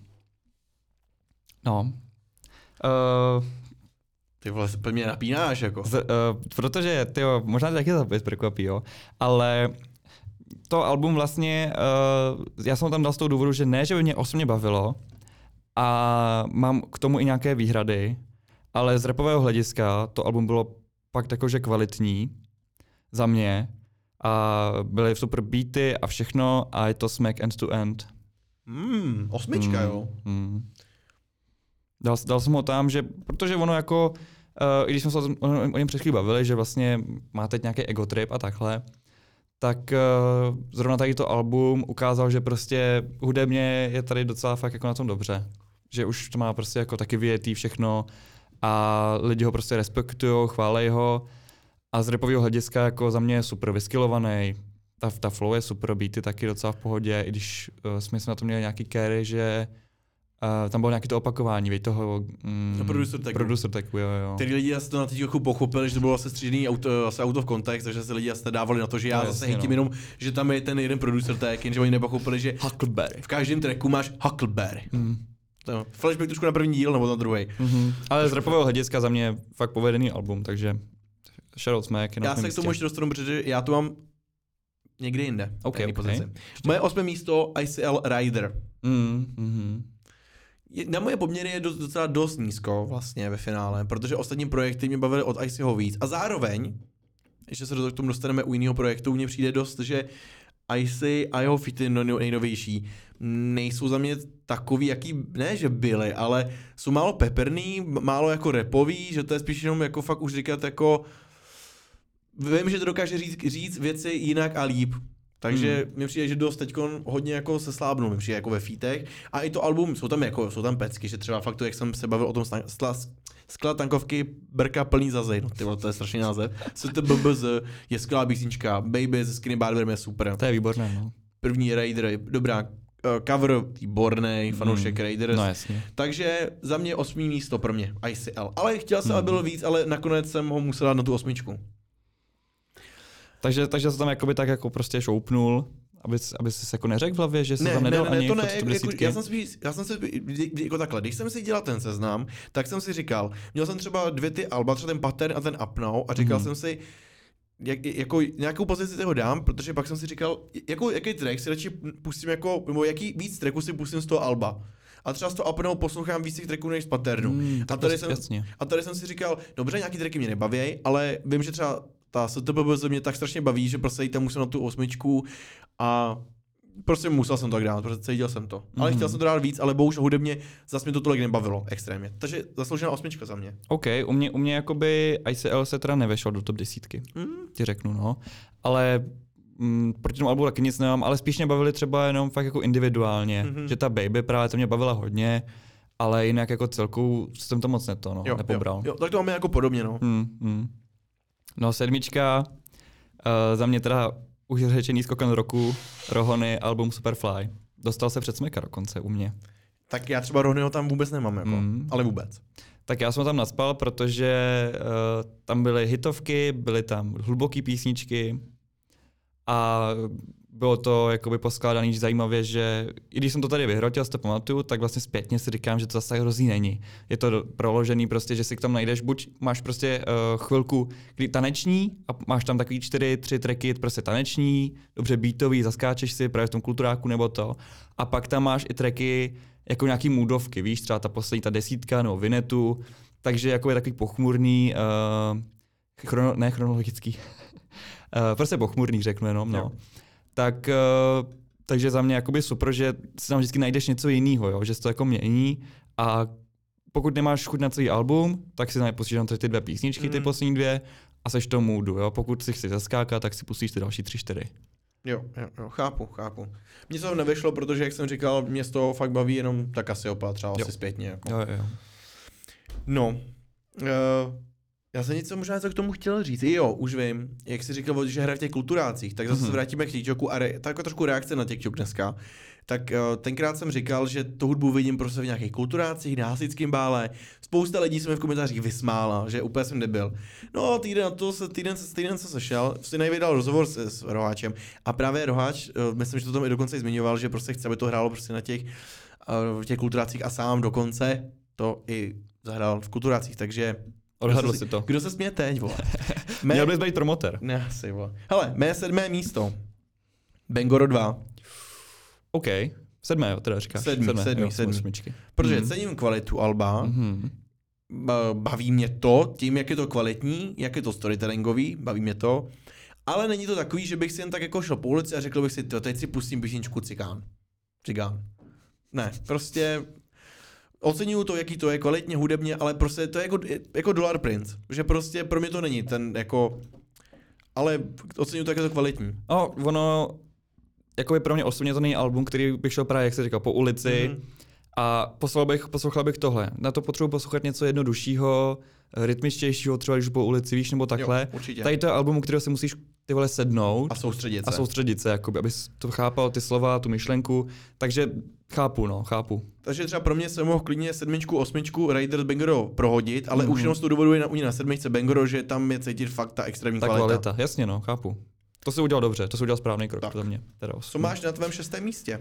Speaker 2: No. Uh,
Speaker 1: ty vole, se mě napínáš jako.
Speaker 2: Z, uh, protože, tyjo, možná to taky zapět překvapí, jo, ale to album vlastně, uh, já jsem tam dal z toho důvodu, že ne, že by mě osobně bavilo a mám k tomu i nějaké výhrady, ale z rapového hlediska to album bylo fakt jakože kvalitní za mě a byly super beaty a všechno a je to smack end to end.
Speaker 1: Mm, osmička, mm, jo.
Speaker 2: Mm. Dal, dal jsem ho tam, že, protože ono jako, uh, i když jsme se o, o, o něm před chvíli bavili, že vlastně má teď nějaký ego trip a takhle, tak uh, zrovna tady to album ukázal, že prostě hudebně je tady docela fakt jako na tom dobře. Že už to má prostě jako taky vyjetý všechno a lidi ho prostě respektujou, chválej ho a z rapového hlediska jako za mě je super vyskylovaný. Ta, ta flow je super, beaty taky docela v pohodě, i když uh, jsme na to měli nějaký carry, že Uh, tam bylo nějaké to opakování, víš, toho mm,
Speaker 1: producer tagu.
Speaker 2: Producer tagu, jo, jo.
Speaker 1: Který lidi asi to na teď jako pochopili, že to bylo asi střídný auto, asi out of context, takže se lidi asi dávali na to, že já no, zase hejtím no. jenom, že tam je ten jeden producer tag, jenže oni nepochopili, že
Speaker 2: Huckleberry.
Speaker 1: V každém tracku máš Huckleberry. Mm. To flashback trošku na první díl nebo na druhý.
Speaker 2: Mm-hmm. Ale z rapového hlediska za mě fakt povedený album, takže Shadow Smack je na
Speaker 1: Já se k tomu ještě dostanu, protože já to mám někde jinde.
Speaker 2: Okay, okay.
Speaker 1: Moje osmé místo I C L Rider.
Speaker 2: Mm-hmm.
Speaker 1: Na moje poměry je docela dost nízko vlastně ve finále, protože ostatní projekty mě bavily od Icyho víc. A zároveň, ještě se k tomu dostaneme u jiného projektu, mně přijde dost, že Icy a jeho fity nejnovější nejsou za mě takový, jaký, ne že byly, ale jsou málo peperný, málo jako rapový, že to je spíš jenom jako fakt už říkat jako, vím, že to dokáže říct, říct věci jinak a líp. Takže hmm. mi přijde, že dost teďkon hodně jako se slábnou, mi přijde jako ve featech. A i to album, jsou tam jako, jsou tam pecky, že třeba fakt to, jak jsem se bavil o tom sklad tankovky, brka plný zazej, no tyhle, to je strašný název. S T B B Z je skvělá písnička, Baby ze Skinny Barberem je super.
Speaker 2: To je výborné, no.
Speaker 1: První Raider, dobrá, uh, cover, výborný, fanoušek hmm. Raiders.
Speaker 2: No jasně.
Speaker 1: Takže za mě osmý místo pro mě, I C L. Ale chtěl jsem, hmm. aby bylo víc, ale nakonec jsem ho musel dát na tu osmičku.
Speaker 2: Takže, takže se tam jakoby tak jako prostě šoupnul, aby, aby jsi se jako neřekl v hlavě, že se
Speaker 1: ne,
Speaker 2: tam nedal
Speaker 1: ne, ne,
Speaker 2: ani
Speaker 1: to ne,
Speaker 2: jako,
Speaker 1: jako, já jsem si, já jsem si jako takhle, když jsem si dělal ten seznam, tak jsem si říkal, měl jsem třeba dvě ty alba, třeba ten Pattern a ten Up Now a říkal mm-hmm. jsem si, jak, jako nějakou pozici toho dám, protože pak jsem si říkal, jako, jaký track si radši pustím jako, nebo jaký víc tracků si pustím z toho alba. A třeba z toho Up Now poslouchám víc těch tracků než z Patternu.
Speaker 2: Mm,
Speaker 1: a, tady jsem, a tady jsem si říkal, dobře, nějaký tracky mě nebaví, ale vím, že třeba ta S T B B Z mě tak strašně baví, že prostě tam musím na tu osmičku a prostě musel jsem to tak dát, protože cítil jsem to. Ale mm-hmm. chtěl jsem to dát víc, ale bohužel hudebně zase mě to tolik nebavilo extrémně. Takže zasloužená osmička za mě.
Speaker 2: OK, u mě, u mě jakoby I C L se teda nevešel do top desítky, mm. ti řeknu, no. Ale mm, proti tomu albu taky nic nemám, ale spíš mě bavili třeba jenom fakt jako individuálně, mm-hmm. že ta Baby právě to mě bavila hodně, ale jinak jako celkou jsem to moc neto, no,
Speaker 1: jo,
Speaker 2: nepobral.
Speaker 1: Jo, jo, tak to máme jako podobně, no.
Speaker 2: Mm, mm. No sedmička, uh, za mě teda už řečený skokan roku, Rohony, album Superfly. Dostal se před Smeka dokonce u mě.
Speaker 1: Tak já třeba Rohonyho tam vůbec nemám, jako, mm. ale vůbec.
Speaker 2: Tak já jsem tam naspal, protože uh, tam byly hitovky, byly tam hluboké písničky a bylo to jakoby poskládaný zajímavě, že i když jsem to tady vyhrotil, si to pamatuju, tak vlastně zpětně si říkám, že to zase hrozí není. Je to proložený prostě, že si k tam najdeš, buď máš prostě uh, chvilku kdy taneční a máš tam takový čtyři, tři tracky prostě taneční, dobře beatový, zaskáčeš si právě v tom kulturáku nebo to. A pak tam máš i tracky jako nějaký moodovky, víš, třeba ta poslední, ta desítka nebo Vinetu, takže jako je takový pochmurný, uh, chrono, ne chronologický, uh, prostě pochmurný řeknu jenom, no. Tak, uh, takže za mě jakoby super, že si tam vždycky najdeš něco jiného, jo? Že se to jako mění a pokud nemáš chuť na celý album, tak si pustíš tam ty dvě písničky, mm. ty poslední dvě a seš to moodu, jo? Pokud si chci zaskákat, tak si pustíš ty další tři, čtyři.
Speaker 1: Jo, jo, jo, chápu, chápu. Mně to nevyšlo, protože, jak jsem říkal, mě z toho fakt baví, jenom tak asi opět třeba asi zpětně. Jako.
Speaker 2: Jo, jo.
Speaker 1: No, uh, já jsem něco možná něco k tomu chtěl říct. Jo, už vím, jak jsi říkal, že hraje v těch kulturácích, tak zase mm-hmm. vrátíme k TikToku a re, tak jako trošku reakce na TikTok dneska. Tak uh, tenkrát jsem říkal, že tu hudbu vidím prostě v nějakých kulturácích, na hasičském bále. Spousta lidí se mi v komentářích vysmála, že úplně jsem debil. No, týden na to se, týden, týden se sešel, si nejvydal rozhovor s, s Roháčem a právě Roháč, uh, myslím, že to tam i dokonce i zmiňoval, že prostě chce, aby to hrálo prostě na těch, uh, v těch kulturácích a sám dokonce to i zahrál v kulturácích, takže
Speaker 2: odhadl si to.
Speaker 1: Kdo se směje teď, vole?
Speaker 2: Mé... Měl bys být promoter.
Speaker 1: Ne, asi, vole. Hele, mé sedmé místo. Bangoro dva.
Speaker 2: OK. Sedmé, jo, teda říkáš.
Speaker 1: Sedmý, sedmý, sedmý.
Speaker 2: Jo,
Speaker 1: sedmý. Protože mm. cením kvalitu alba, mm. baví mě to, tím, jak je to kvalitní, jak je to storytellingový, baví mě to, ale není to takový, že bych si jen tak jako šel po ulici a řekl bych si, to teď si pustím písničku Cigán. Cigán. Ne, prostě oceňuju to, jaký to je kvalitně, hudebně, ale prostě to je jako, jako Dollar Prince, že prostě pro mě to není ten jako, ale oceňuju to, jak je to kvalitní.
Speaker 2: No, ono, jako by pro mě osobně to není album, který bych šel právě, jak jsi říkal, po ulici mm-hmm. a poslouchal bych, poslouchal bych tohle. Na to potřebuji poslouchat něco jednoduššího, rytmičtějšího, třeba když po ulici, víš, nebo takhle.
Speaker 1: Jo,
Speaker 2: tady to je album, u kterého si musíš ty vole sednout
Speaker 1: a soustředit se.
Speaker 2: A soustředit se, jakoby, abys to chápal, ty slova, tu myšlenku, takže chápu, no, chápu.
Speaker 1: Takže třeba pro mě se mohl klidně sedmičku, osmičku Raiders Bangoro prohodit, ale mm. už jenom z toho důvodu je na, na sedmičce Bangoro, že tam je cítit fakt ta extrémní
Speaker 2: ta
Speaker 1: kvalita.
Speaker 2: kvalita. Jasně, no, chápu. To si udělal dobře, to si udělal správný krok za mě. Teda
Speaker 1: co máš na tvém šestém místě?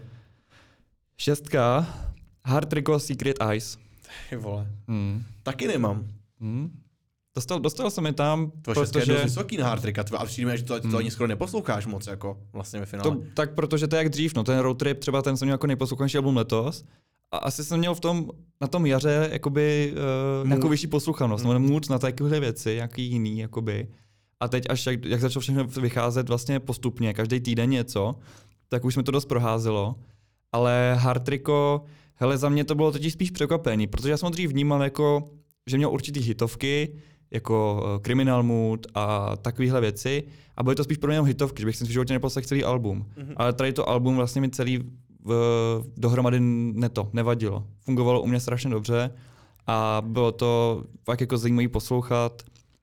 Speaker 2: Šestka, Hard Trico Secret Eyes.
Speaker 1: Ty vole,
Speaker 2: mm.
Speaker 1: taky nemám.
Speaker 2: Mm. Dostal, dostal jsem je tam,
Speaker 1: to protože... je dost vysoký na Hard Tricka, a přijde, že to, to mm. ani skoro neposloucháš moc, jako vlastně ve finále.
Speaker 2: To, tak protože to je jak dřív, no, ten Road Trip, třeba ten jsem měl jako nejposlouchanější album letos, a asi jsem měl v tom, na tom jaře, jakoby, uh, nějakou vyšší posluchanost, mm. no, mood na takovéhle věci, jaký jiný, jakoby. A teď až jak, jak začalo všechno vycházet vlastně postupně, každý týden něco, tak už mi to dost proházelo. Ale Hard Trico, hele, za mě to bylo totiž spíš překvapení, protože já jsem ho dřív vnímal jako, že měl určitý hitovky, jako uh, Criminal Mood a takovéhle věci. A byly to spíš pro mě hitovky, že bych si v životě neposlal celý album. Mm-hmm. Ale tady to album vlastně mi celý v, dohromady neto, nevadilo. Fungovalo u mě strašně dobře a bylo to fakt jako zajímavý poslouchat.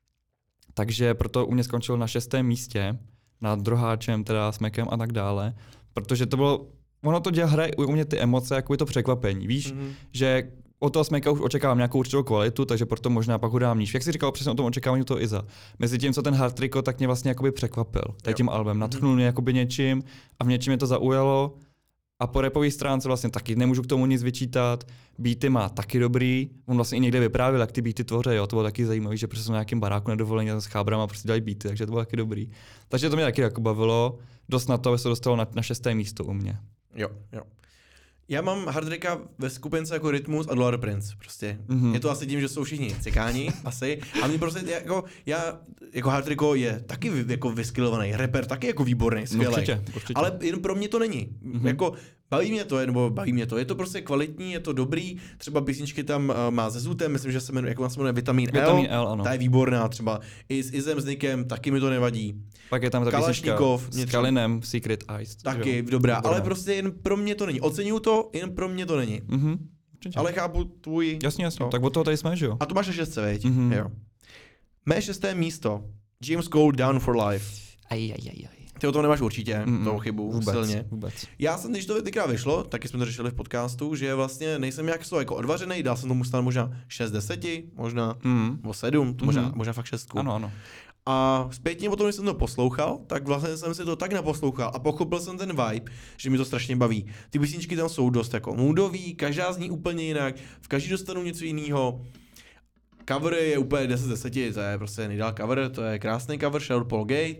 Speaker 2: Takže proto u mě skončilo na šestém místě, nad Droháčem, teda s Mekem a tak dále. Protože to bylo, ono to dělá, hraje u mě ty emoce, jako je to překvapení, víš, mm-hmm. že od toho Smeka už očekávám nějakou určitou kvalitu, takže proto možná pak ho dám níž. Jak jsi říkal přesně o tom očekávání toho Iza. Mezi tím, co ten Hard Trico, tak mě vlastně jakoby překvapil. Tady tím albem, natchnul mm-hmm. mě jakoby něčím a v něčím mě to zaujalo. A po rapové stránce vlastně taky nemůžu k tomu nic vyčítat. Beaty má taky dobrý. On vlastně i někde vyprávěl, jak ty beaty tvoře, jo. To bylo taky zajímavé, že prostě jsou na nějakém baráku nedovolení s chábrama prostě dělají beaty, takže to bylo taky dobrý. Takže to mě taky jako bavilo. Dost na to, aby se dostalo na, na šesté místo u mě.
Speaker 1: Jo, jo. Já mám Hard Tricka ve skupince jako Rytmus a Dollar Prince, prostě. Mm-hmm. Je to asi tím, že jsou všichni cikáni, asi. A mě prostě jako, já, jako Hard Tricko je taky jako vyskilovaný, rapper taky jako výborný, skvělý.
Speaker 2: Určitě, určitě.
Speaker 1: Ale jen pro mě to není. Mm-hmm. Jako, baví mě to, nebo baví mě to. Je to prostě kvalitní, je to dobrý. Třeba písničky tam uh, má se Zutem, myslím, že se jmenuje, jako se jmenuje Vitamin,
Speaker 2: Vitamin
Speaker 1: L.
Speaker 2: L, ano.
Speaker 1: Ta je výborná, třeba i s Izem, s Nikem, taky mi to nevadí.
Speaker 2: Pak je tam ta písnička s Kalinem, Secret Eyes.
Speaker 1: Taky, jo. Dobrá, ale prostě jen pro mě to není. Oceňuju to, jen pro mě to není.
Speaker 2: Mm-hmm.
Speaker 1: Ale chápu tvůj...
Speaker 2: Jasně, jasně, no. Tak od toho tady jsme, že jo?
Speaker 1: A to máš na šestce, veď?
Speaker 2: Mm-hmm.
Speaker 1: Jo. Mé šesté místo. James Cole, Down for Life.
Speaker 2: Aj, aj, aj, aj.
Speaker 1: Ty o tom nemáš určitě, mm-mm. toho chybu,
Speaker 2: vůbec,
Speaker 1: silně.
Speaker 2: Vůbec.
Speaker 1: Já jsem, když to tenkrát vyšlo, taky jsme to řešili v podcastu, že vlastně nejsem jak so jako odvařený, dal jsem tomu stát možná šest deseti, možná mm. o sedm, to možná, mm. možná fakt šestku.
Speaker 2: Ano, ano.
Speaker 1: A zpětně potom, když jsem to poslouchal, tak vlastně jsem si to tak naposlouchal a pochopil jsem ten vibe, že mi to strašně baví. Ty písničky tam jsou dost jako moodový, každá zní úplně jinak, v každý dostanu něco jiného. Cover je úplně deset z deseti, to je prostě nejdál cover, to je krásný cover, Shadow Paul Gate.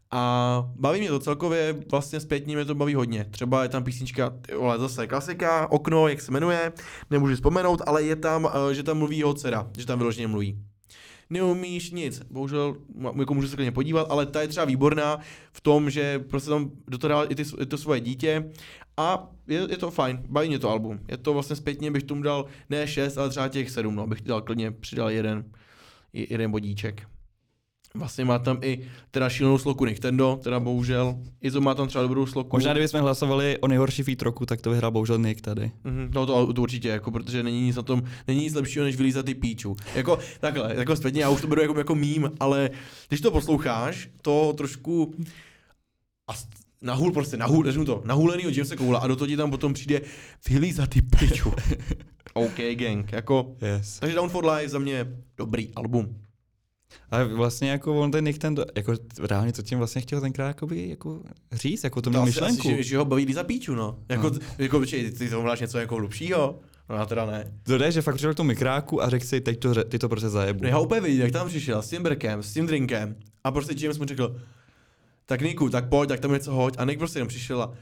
Speaker 1: A baví mě to celkově, vlastně zpětně mě to baví hodně. Třeba je tam písnička, ty vole, zase klasika, Okno, jak se jmenuje, nemůžu vzpomenout, ale je tam, že tam mluví jeho dcera, že tam vyloženě mluví. Neumíš nic, bohužel, jako můžu se klidně podívat, ale ta je třeba výborná v tom, že prostě tam do toho dala i, ty, i to svoje dítě a je, je to fajn, baví mě to album. Je to vlastně zpětně, bych tomu dal ne šest, ale třeba těch sedm, no, bych dal klidně, přidal jeden, jeden bodíček. Vlastně má tam i teda šílenou sloku Nintendo, teda bohužel. Izo má tam třeba dobrou sloku.
Speaker 2: Možná kdybychom hlasovali o nejhorší feat roku, tak to vyhrál bohužel Nick tady.
Speaker 1: Mm-hmm, no to, to určitě, jako, protože není nic na tom, není nic lepšího, než vylízat ty píču. Jako takhle, jako zpětně, já už to beru jako, jako mím, ale když to posloucháš, to trošku a nahul prostě, nahul, řeknu to, nahulenýho Jamesa Cola a do toho ti tam potom přijde vylízat ty píču. OK, gang, jako,
Speaker 2: Yes.
Speaker 1: takže Down for Life za mě dobrý album.
Speaker 2: Ale vlastně jako on ten Nick ten, jako reálně co tím vlastně chtěl tenkrát jakoby, jako říct, jako to měl
Speaker 1: asi,
Speaker 2: myšlenku.
Speaker 1: asi, že, že ho baví lízat píču, no. Jako,
Speaker 2: No.
Speaker 1: jako, počkej, ty, ty to máš něco jako hlubšího? No já teda ne.
Speaker 2: To jde, že fakt přišel k tomu mikráku a řekl si, teď to, ře- ty to prostě zajebu.
Speaker 1: No já úplně vidím, jak tam přišel s tím brkem, s tím drinkem a prostě James mu řekl, tak Niku, tak pojď, tak tam něco hoď a Nick prostě jenom přišel a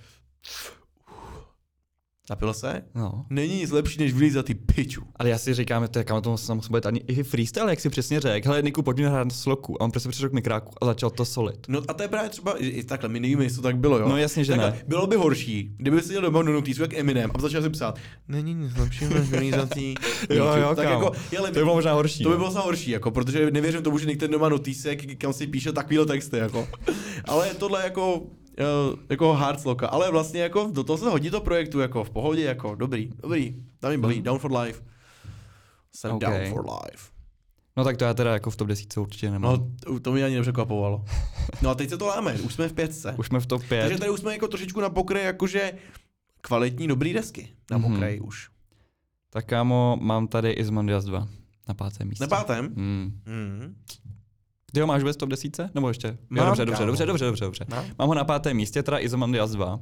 Speaker 1: napil se?
Speaker 2: No.
Speaker 1: Není nic lepší, než vylízat ty piču.
Speaker 2: Ale já si říkám, to je kam to musím být ani i freestyle, jak si přesně řekl. Hele, Niku, pojď mi hrát na sloku. A on prostě přišel k mikráku a začal to solit.
Speaker 1: No a to je právě třeba, i takhle, my nevíme, jestli to tak bylo, jo?
Speaker 2: No jasně, že
Speaker 1: takhle,
Speaker 2: ne.
Speaker 1: Bylo by horší, kdyby si jel doma do notýsu jak Eminem a začal si psát, není nic lepšího, než vylízat ty
Speaker 2: Jo,
Speaker 1: piču.
Speaker 2: jo,
Speaker 1: Tak
Speaker 2: kámo.
Speaker 1: jako, je,
Speaker 2: To by bylo možná horší.
Speaker 1: To by
Speaker 2: no.
Speaker 1: bylo možná horší, jako, protože nevěřím tomu, že někdo doma notýsek, kam si píše takovýhle texty, jako. Ale tohle jako, uh, jako hard sloka, ale vlastně jako do toho se hodí to projektu, jako v pohodě, jako dobrý, dobrý, tam mi baví, Down for Life. Jsem
Speaker 2: Okay.
Speaker 1: Down for Life.
Speaker 2: No tak to já teda jako v top desítce určitě nemám.
Speaker 1: No, to, to mě ani nepřekvapovalo. No a teď se to láme, už jsme v pětce.
Speaker 2: Už jsme v top pět.
Speaker 1: Takže tady už jsme jako trošičku na pokraji, jakože kvalitní, dobrý desky. Na
Speaker 2: Mhm.
Speaker 1: pokraji už.
Speaker 2: Tak kámo, mám tady Izomandias dva na pátém místě.
Speaker 1: Na pátém?
Speaker 2: Hmm.
Speaker 1: Mm.
Speaker 2: Ty ho máš vůbec v top desítce? Nebo ještě? Jo,
Speaker 1: Mám,
Speaker 2: dobře, dobře,
Speaker 1: kámo.
Speaker 2: dobře, dobře, dobře, dobře.
Speaker 1: No.
Speaker 2: Mám ho na pátém místě, teda Izomandias dva.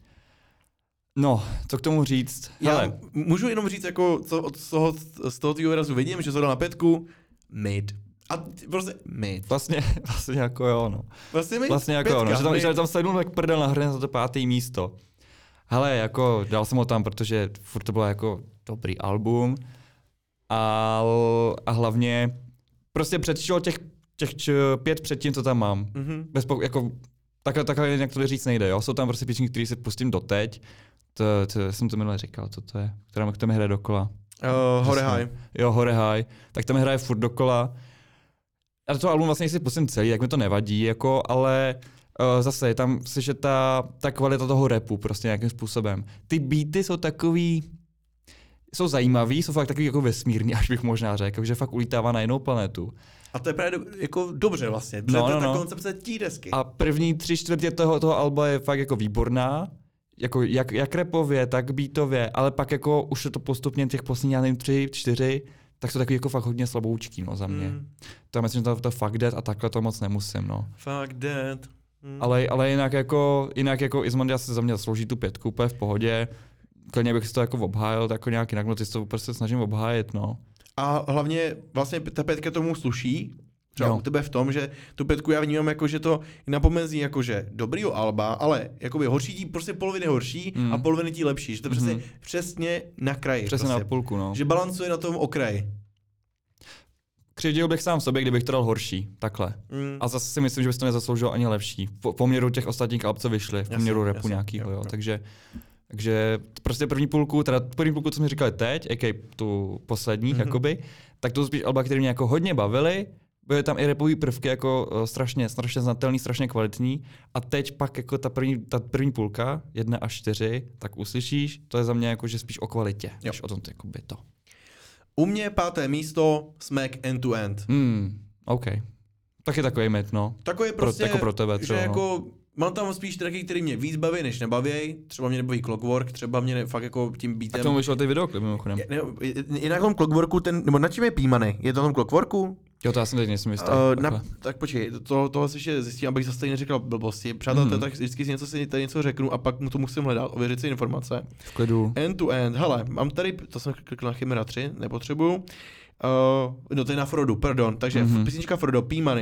Speaker 2: No, co k tomu říct?
Speaker 1: Já
Speaker 2: Hele,
Speaker 1: můžu jenom říct, jako, co od toho, z toho tvýho razu vidím, že to dal na pětku, mid. A t- prostě mid.
Speaker 2: vlastně, vlastně jako jo, no.
Speaker 1: Vlastně mid.
Speaker 2: Vlastně jako jo, no. Že tam, že tam sednul tak prdel na hrně za to pátý místo. Hele, jako dal jsem ho tam, protože furt to bylo jako dobrý album. A, a hlavně prostě přečtěl těch, těch č, pět předtím, co tam mám.
Speaker 1: Mhm.
Speaker 2: Bez po, jako, takhle, takhle jinak to říct nejde, jo. Jsou tam prostě písničky, které si pustím doteď. To, to jsem to minule říkal, co to je, která to mi hraje dokola.
Speaker 1: Uh, Hore
Speaker 2: Přesně.
Speaker 1: High.
Speaker 2: Jo, Hore High, tak to mi hraje furt dokola. A to album vlastně si pustím celý, jak mi to nevadí, jako, ale uh, zase je tam slyšet ta, ta kvalita toho rapu prostě nějakým způsobem. Ty beaty jsou takový, jsou zajímavý, jsou fakt takový jako vesmírný, až bych možná řekl, že fakt ulítává na jinou planetu.
Speaker 1: A to je právě do, jako dobře vlastně, protože
Speaker 2: No,
Speaker 1: to je
Speaker 2: no,
Speaker 1: ta
Speaker 2: no.
Speaker 1: koncepce tí desky.
Speaker 2: A první tři čtvrtě toho, toho alba je fakt jako výborná, jako jak, jak rapově, tak beatově, ale pak jako už je to postupně těch posledních, já nevím, tři, čtyři, tak jsou takový jako fakt hodně slaboučký, no, za mě.
Speaker 1: Mm.
Speaker 2: To já myslím, že to, to fuck that a takhle to moc nemusím, no.
Speaker 1: Fuck that. Mm.
Speaker 2: Ale, ale jinak jako, jinak jako Izomandias se za mě zaslouží tu pětku úplně v pohodě. Klidně bych si to jako obhájil, tak jako nějak jinak, no ty si to prostě snažím obhájit, no.
Speaker 1: A hlavně vlastně ta pětka tomu sluší, třeba
Speaker 2: Jo.
Speaker 1: u tebe v tom, že tu pětku já vnímám jako, že to na pomezí jakože dobrýho alba, ale jakoby horší tí prostě poloviny horší
Speaker 2: Mm.
Speaker 1: a poloviny tí lepší, že to přesně,
Speaker 2: Mhm.
Speaker 1: přesně na kraji.
Speaker 2: Přesně
Speaker 1: prostě.
Speaker 2: na půlku, no.
Speaker 1: Že balancuje na tom okraji.
Speaker 2: Křivdil bych sám sobě, kdybych to dal horší, takhle.
Speaker 1: Mm.
Speaker 2: A zase si myslím, že bys to nezasloužil ani lepší. Po poměru těch ostatních alb, co vyšly, v
Speaker 1: Jasně,
Speaker 2: poměru rapu
Speaker 1: jasně,
Speaker 2: nějakýho,
Speaker 1: jo,
Speaker 2: jo.
Speaker 1: jo.
Speaker 2: Takže, takže prostě první půlku, teda první půlku, co jsme říkali teď, a tu poslední,
Speaker 1: Mhm.
Speaker 2: jakoby, tak to jsou spíš alba, které mě jako hodně bavily. Byly tam i rapový prvky jako uh, strašně, strašně znatelný, strašně kvalitní. A teď pak jako ta první, ta první půlka, jedna až čtyři, tak uslyšíš, to je za mě jako, že spíš o kvalitě,
Speaker 1: Jo.
Speaker 2: než o tom to, jakoby to.
Speaker 1: U mě páté místo, Smack End to End.
Speaker 2: Hmm, OK. Taky takový mit, no.
Speaker 1: Takový je
Speaker 2: Pro,
Speaker 1: prostě,
Speaker 2: jako pro tebe
Speaker 1: že
Speaker 2: třeba, no.
Speaker 1: jako, mám tam spíš tracky, který mě víc baví, než nebaví. Třeba mě nebaví Clockwork, třeba mě ne, fakt jako tím
Speaker 2: A
Speaker 1: beatem.
Speaker 2: k tomu vyšel ty videoklip mimochodem.
Speaker 1: Je, ne, je, je na tom Clockworku ten, nebo na čem je pímaný? Je to na tom Clockworku?
Speaker 2: Jo, to já jsem teď nejsem jistý.
Speaker 1: Uh, na,
Speaker 2: takhle.
Speaker 1: tak počkej, to, tohle si ještě zjistím, abych zase tady neříkal blbosti. Přátelé,
Speaker 2: Mhm.
Speaker 1: tak vždycky si něco, si tady něco řeknu a pak mu to musím hledat, ověřit si informace.
Speaker 2: V klidu.
Speaker 1: End to end, hele, mám tady, to jsem klikl na Chimera tři, nepotřebuju. Uh, no to je na Frodu, pardon, takže
Speaker 2: Mhm.
Speaker 1: mm-hmm. písnička Frodo, P-Money.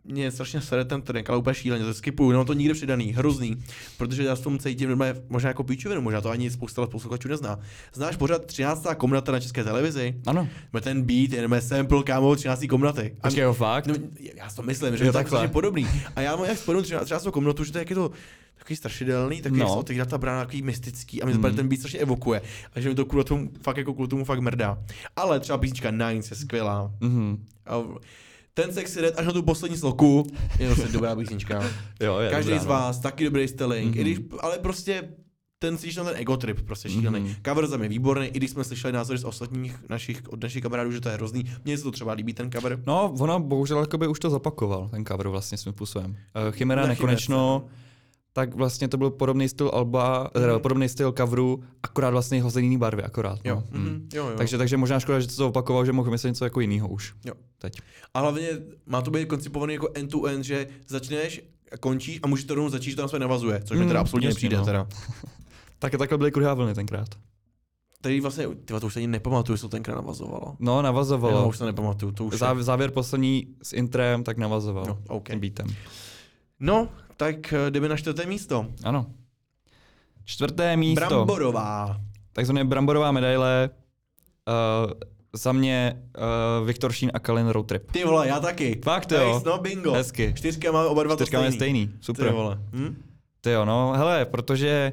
Speaker 1: mě strašně sere ten track, ale úplně šíleně, to skipuju, no to nikde přidaný, hrozný, protože já s tom cítím normálně možná jako píčovinu, možná to ani spousta posluchačů nezná. Znáš pořád třináctá komnata na České televizi?
Speaker 2: Ano.
Speaker 1: Má ten beat, jenom sample, kámo, třinácté komnaty.
Speaker 2: Počkej, jo, fakt?
Speaker 1: No, já si to myslím, že je to tak strašně podobný. A já mám jak spojenu třináctou komnatu, že to je jak je to takový strašidelný, taky no. Jak se ta brána takový mystický a mě to mm. ten beat strašně evokuje. A že mi to kvůli tomu fakt jako kvůli tomu fakt mrdá. Ale třeba písnička Nines je skvělá.
Speaker 2: Mm-hmm.
Speaker 1: A ten Sexy Red až na tu poslední sloku je zase dobrá písnička.
Speaker 2: Jo, je
Speaker 1: Každý
Speaker 2: dobrá,
Speaker 1: z
Speaker 2: no.
Speaker 1: vás, taky dobrý styling,
Speaker 2: Mm-hmm.
Speaker 1: i když, ale prostě ten slyšel ten ego trip, prostě šílený. Mm-hmm. Cover za mě výborný, i když jsme slyšeli názory z ostatních našich, od našich kamarádů, že to je hrozný. Mně se to třeba líbí ten cover.
Speaker 2: No, ona bohužel jakoby už to zapakoval, ten cover vlastně svým způsobem. Uh, Chimera
Speaker 1: Na
Speaker 2: nekonečno,
Speaker 1: Chimerce,
Speaker 2: tak vlastně to byl podobný styl alba, mm. teda podobný styl coveru, akorát vlastně hozený jiný barvy, akorát.
Speaker 1: Jo.
Speaker 2: No.
Speaker 1: Mm. Jo, jo.
Speaker 2: Takže, takže možná škoda, že to opakoval, že mohl myslet něco jako jiného už.
Speaker 1: Jo.
Speaker 2: Teď.
Speaker 1: A hlavně má to být koncipovaný jako end-to-end, že začneš a končíš a můžeš to rovnou začít, že to na sebe navazuje, což mi
Speaker 2: Mm,
Speaker 1: teda absolutně
Speaker 2: jasně,
Speaker 1: nepřijde.
Speaker 2: no.
Speaker 1: Teda.
Speaker 2: Tak takhle byly kruhá vlny tenkrát.
Speaker 1: Tady vlastně, tyva, to už se ani nepamatuju, jestli to tenkrát navazovalo.
Speaker 2: No, navazovalo.
Speaker 1: Já už to nepamatuju, to už
Speaker 2: Závěr, závěr poslední s intrem, tak navazoval.
Speaker 1: No, okay.
Speaker 2: Tím beatem.
Speaker 1: No, tak jdeme na čtvrté místo.
Speaker 2: Ano. Čtvrté místo.
Speaker 1: Bramborová.
Speaker 2: Takzvané bramborová medaile. Uh, za mě uh, Viktor Šín a Kalin Road Trip.
Speaker 1: Ty vole, já taky.
Speaker 2: Fakt jo.
Speaker 1: Nice, no bingo.
Speaker 2: Hezky.
Speaker 1: Čtyřka máme oba dva
Speaker 2: Čtyřka
Speaker 1: to
Speaker 2: máme
Speaker 1: stejný.
Speaker 2: stejný. Super.
Speaker 1: Ty vole. Hm?
Speaker 2: Ty jo, no, hele, protože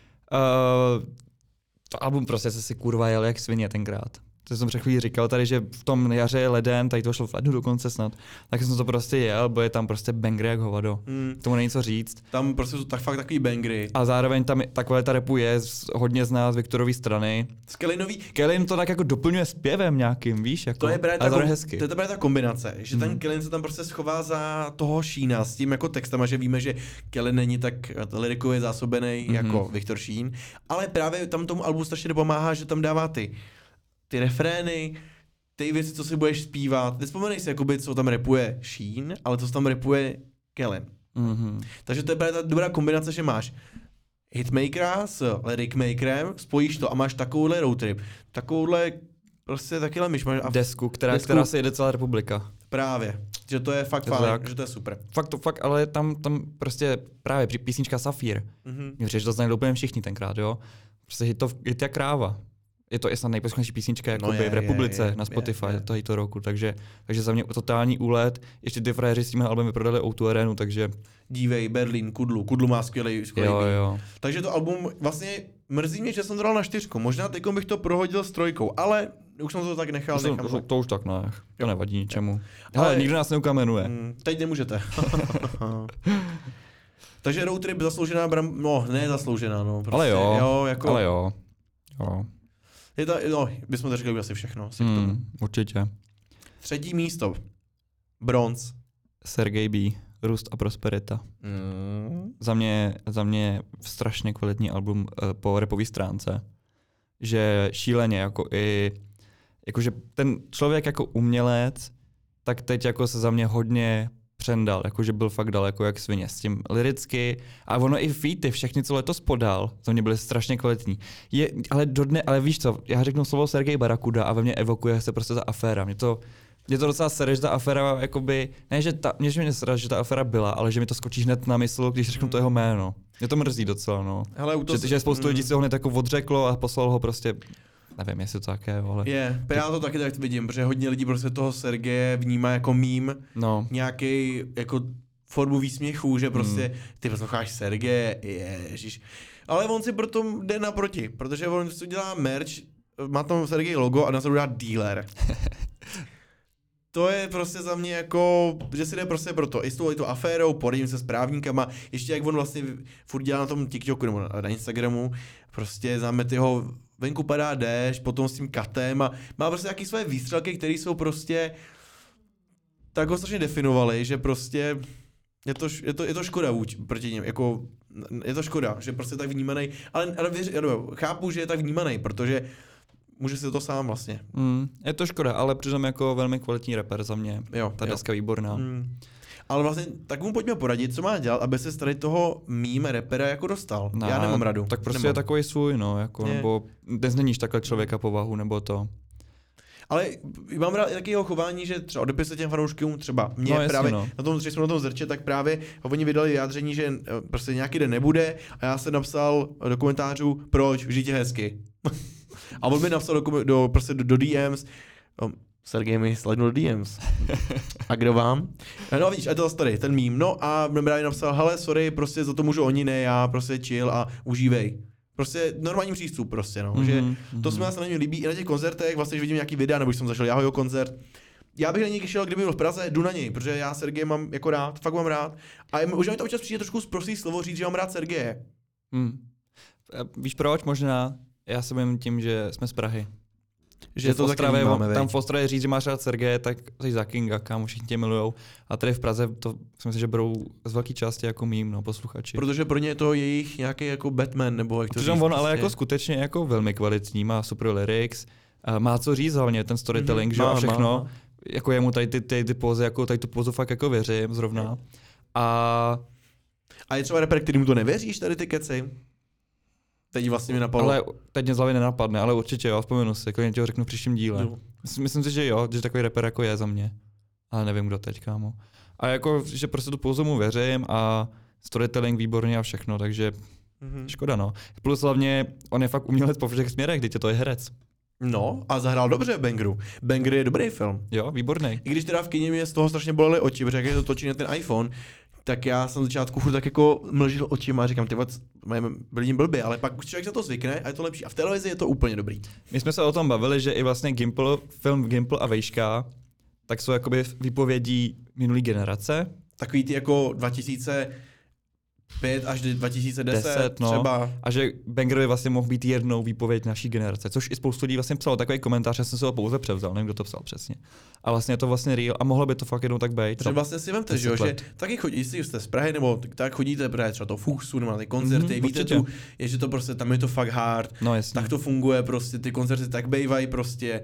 Speaker 2: uh, to album prostě se si kurva jel jak svině tenkrát. To jsem před chvílí říkal tady, že v tom jaře je leden, tady to šlo v lednu dokonce snad, tak jsem to prostě jel, bo je tam prostě bangry jak hovado.
Speaker 1: Hmm.
Speaker 2: K tomu není co říct.
Speaker 1: Tam prostě jsou tak fakt takový bangry.
Speaker 2: A zároveň tam ta kvalita rapu je z, hodně zná z Viktorovy strany.
Speaker 1: Z Kelinový.
Speaker 2: Kelin to tak jako doplňuje zpěvem nějakým, víš, jako.
Speaker 1: To je právě
Speaker 2: ale
Speaker 1: ta,
Speaker 2: to je
Speaker 1: kom,
Speaker 2: hezky.
Speaker 1: to je právě ta kombinace, že ten
Speaker 2: Mhm.
Speaker 1: Kelin se tam prostě schová za toho Šína s tím jako textama, že víme, že Kelin není tak lyrikově zásobený
Speaker 2: Mhm.
Speaker 1: jako Viktor Šín, ale právě tam tomu albu strašně pomáhá, že tam dává ty, ty refrény, ty věci, co si budeš zpívat. Nespomenej si, jakoby, co tam rapuje Šín, ale co tam rapuje Kelin.
Speaker 2: Mhm.
Speaker 1: Takže to je právě ta dobrá kombinace, že máš hitmakera s lyricmakerem, spojíš to a máš takovouhle road trip, takovouhle prostě takyhle myšmaš a
Speaker 2: Desku, která,
Speaker 1: Desku.
Speaker 2: která se jede celá republika.
Speaker 1: právě, že to je fakt
Speaker 2: Je to
Speaker 1: fajn,
Speaker 2: tak.
Speaker 1: že to je super.
Speaker 2: Fakt to fakt, ale tam, tam prostě právě při písnička Safír.
Speaker 1: Mhm.
Speaker 2: Mě přijde, že to znají úplně všichni tenkrát, jo. Prostě hit to, hit jak kráva. Je to i snad nejposlouchanější písnička
Speaker 1: No
Speaker 2: jakoby
Speaker 1: je,
Speaker 2: v republice
Speaker 1: je, je,
Speaker 2: na Spotify
Speaker 1: je, je.
Speaker 2: tohoto roku, takže, takže za mě totální úlet. Ještě ty frajeři s tím albem vyprodali O dva Arenu, takže
Speaker 1: Dívej, Berlín, Kudlu, Kudlu má skvělý, skvělý
Speaker 2: jo,
Speaker 1: beat.
Speaker 2: jo.
Speaker 1: Takže to album vlastně mrzí mě, že jsem to dal na čtyřku, možná teď bych to prohodil s trojkou, ale už jsem to tak nechal,
Speaker 2: To, to,
Speaker 1: nechám.
Speaker 2: to, to už tak ne, to
Speaker 1: Jo.
Speaker 2: nevadí ničemu.
Speaker 1: Ale-
Speaker 2: Ale nikdo nás neukamenuje.
Speaker 1: Mm, teď nemůžete. Takže road trip zasloužená bram, no ne zasloužená, no. Prostě,
Speaker 2: Ale jo,
Speaker 1: jo jako,
Speaker 2: ale jo. jo.
Speaker 1: Je to, no, bychom to řekli asi všechno. Asi k tomu.
Speaker 2: Hmm, určitě.
Speaker 1: Třetí místo. Bronz.
Speaker 2: Sergej B. Růst a prosperita.
Speaker 1: Mm.
Speaker 2: Za mě, za mě strašně kvalitní album uh, po rapové stránce. Že šíleně, jako i, jakože ten člověk jako umělec, tak teď jako se za mě hodně přendal, jakože byl fakt daleko jak svině s tím liricky a ono i featy, všechny, co letos podal, za mě byly strašně kvalitní. Je, ale dodne, ale víš co, já řeknu slovo Sergej Barakuda a ve mně evokuje se prostě ta aféra. Mě to, mě to docela sere, že ta aféra, jakoby, ne, že ta, mě, že mě sere, že ta aféra byla, ale že mi to skočí hned na mysl, když řeknu to jeho jméno. Mě to mrzí docela, no.
Speaker 1: Hele, u to
Speaker 2: Že, že spoustu lidí si ho hned jako odřeklo a poslal ho prostě, nevím, jestli to tak je, ale
Speaker 1: Je, já to taky tak vidím, protože hodně lidí prostě toho Sergeje vnímá jako mím,
Speaker 2: no.
Speaker 1: nějaký jako formu výsměchu, že prostě ty posloucháš Sergeje, ježiš. Ale on si proto jde naproti, protože on si dělá merch, má tam Sergej logo a na to dá dealer. To je prostě za mě jako, že si jde prostě proto. I s tou, i tou aférou, poradím se s právníkama, ještě jak on vlastně furt dělá na tom TikToku nebo na, na Instagramu, prostě zámet jeho venku padá déšť, potom s tím katem a má prostě nějaký své výstřelky, které jsou prostě tak ho strašně definovali, že prostě je to, je to, je to škoda vůči proti něm, jako je to škoda, že prostě tak vnímaný, ale, ale věř, chápu, že je tak vnímaný, protože může si to sám vlastně.
Speaker 2: Mm, je to škoda, ale přitom jako velmi kvalitní rapper za mě.
Speaker 1: Jo,
Speaker 2: Ta
Speaker 1: jo.
Speaker 2: deska výborná.
Speaker 1: Hmm. Ale vlastně tak mu pojďme poradit, co má dělat, aby se z tady toho mým rapera jako dostal.
Speaker 2: Ne,
Speaker 1: Já nemám radu.
Speaker 2: Tak prostě
Speaker 1: nemám.
Speaker 2: je takový svůj, no, jako,
Speaker 1: Je.
Speaker 2: nebo nezměníš takhle člověka povahu, nebo to.
Speaker 1: Ale mám rád taky jeho chování, že třeba odepisuje těm fanouškům, třeba mě
Speaker 2: No, jasně,
Speaker 1: právě
Speaker 2: no.
Speaker 1: na tom, že jsme na tom zrče, tak právě oni vydali vyjádření, že prostě nějaký den nebude a já jsem napsal do komentářů, proč, žijte hezky. A on mi napsal do, do, prostě do, do D Ms, um, Sergej mi slednul do D Ms. A kdo vám? No a vidíš, a to zase tady, ten mím. No a právě napsal, hele, sorry, prostě za to můžu oni, ne já, prostě chill a užívej. Prostě normální přístup prostě, no, mm-hmm, že to se mi vlastně na něj líbí i na těch koncertech, vlastně, když vidím nějaký videa, nebo když jsem zašel já jeho koncert. Já bych na něj šel, kdyby byl v Praze, jdu na něj, protože já Sergeje mám jako rád, fakt mám rád. A je, možná mi to občas přijde trošku zprostý slovo říct, že mám rád Sergeje.
Speaker 2: Hmm. Víš proč? Možná já se bojím tím, že jsme z Prahy.
Speaker 1: Že to
Speaker 2: v Ostravě,
Speaker 1: taky máme,
Speaker 2: tam v Ostravě říct, že máš rád Sergeje, tak jsi za Kinga, kámo, všichni tě milujou. A tady v Praze to si myslím, že berou z velké části jako mím, no, posluchači.
Speaker 1: Protože pro ně je to jejich nějaký jako Batman, nebo jak to
Speaker 2: říct. On
Speaker 1: prostě.
Speaker 2: ale jako skutečně jako velmi kvalitní, má super lyrics, má co říct hlavně, ten storytelling, mm-hmm, že a všechno. Má, má. Jako jemu tady ty, ty, ty pózy, jako tady tu pózu fakt jako věřím zrovna. A...
Speaker 1: a je třeba rapper, kterým to nevěříš, tady ty keci? Teď vlastně mi napadlo.
Speaker 2: Ale teď mě z hlavy nenapadne, ale určitě jo, vzpomenu si, jako ti ho řeknu v příštím díle. No. Myslím, myslím si, že jo, že takový rapper jako je za mě. Ale nevím, kdo teď, kámo. A jako, že prostě tu pouzu mu věřím a storytelling výborně a všechno, takže mm-hmm. škoda, no. Plus hlavně, on je fakt umělec po všech směrech, teď je to je herec.
Speaker 1: No, a zahrál dobře v Bangeru. Banger je dobrý film.
Speaker 2: Jo, výborný.
Speaker 1: I když teda v kině mě z toho strašně bolely oči, protože jak je to točí na ten iPhone, tak já jsem začátku furt tak jako mlžil očima a říkám, ty byli blbě, ale pak už člověk za to zvykne a je to lepší. A v televizi je to úplně dobrý.
Speaker 2: My jsme se o tom bavili, že i vlastně Gimple, film Gimple a Vejška, tak jsou jakoby výpovědí minulý generace.
Speaker 1: Takový ty jako dva tisíce pět až dva tisíce deset
Speaker 2: deset, no.
Speaker 1: třeba.
Speaker 2: A že Banger by vlastně mohl být jednou výpověď naší generace, což i spoustu lidí vlastně psalo takový komentář, já jsem se ho pouze převzal, nevím, kdo to psal přesně. A vlastně je to vlastně real a mohlo by to fakt jednou tak být.
Speaker 1: Protože vlastně si vemte, že, že taky chodí, jestli jste z Prahy, nebo tak chodíte právě třeba to Fuchsu, nebo na ty koncerty, mm, víte tu, je, že to prostě, tam je to fakt hard,
Speaker 2: no, jasně.
Speaker 1: Tak to funguje prostě, ty koncerty tak bejvají prostě.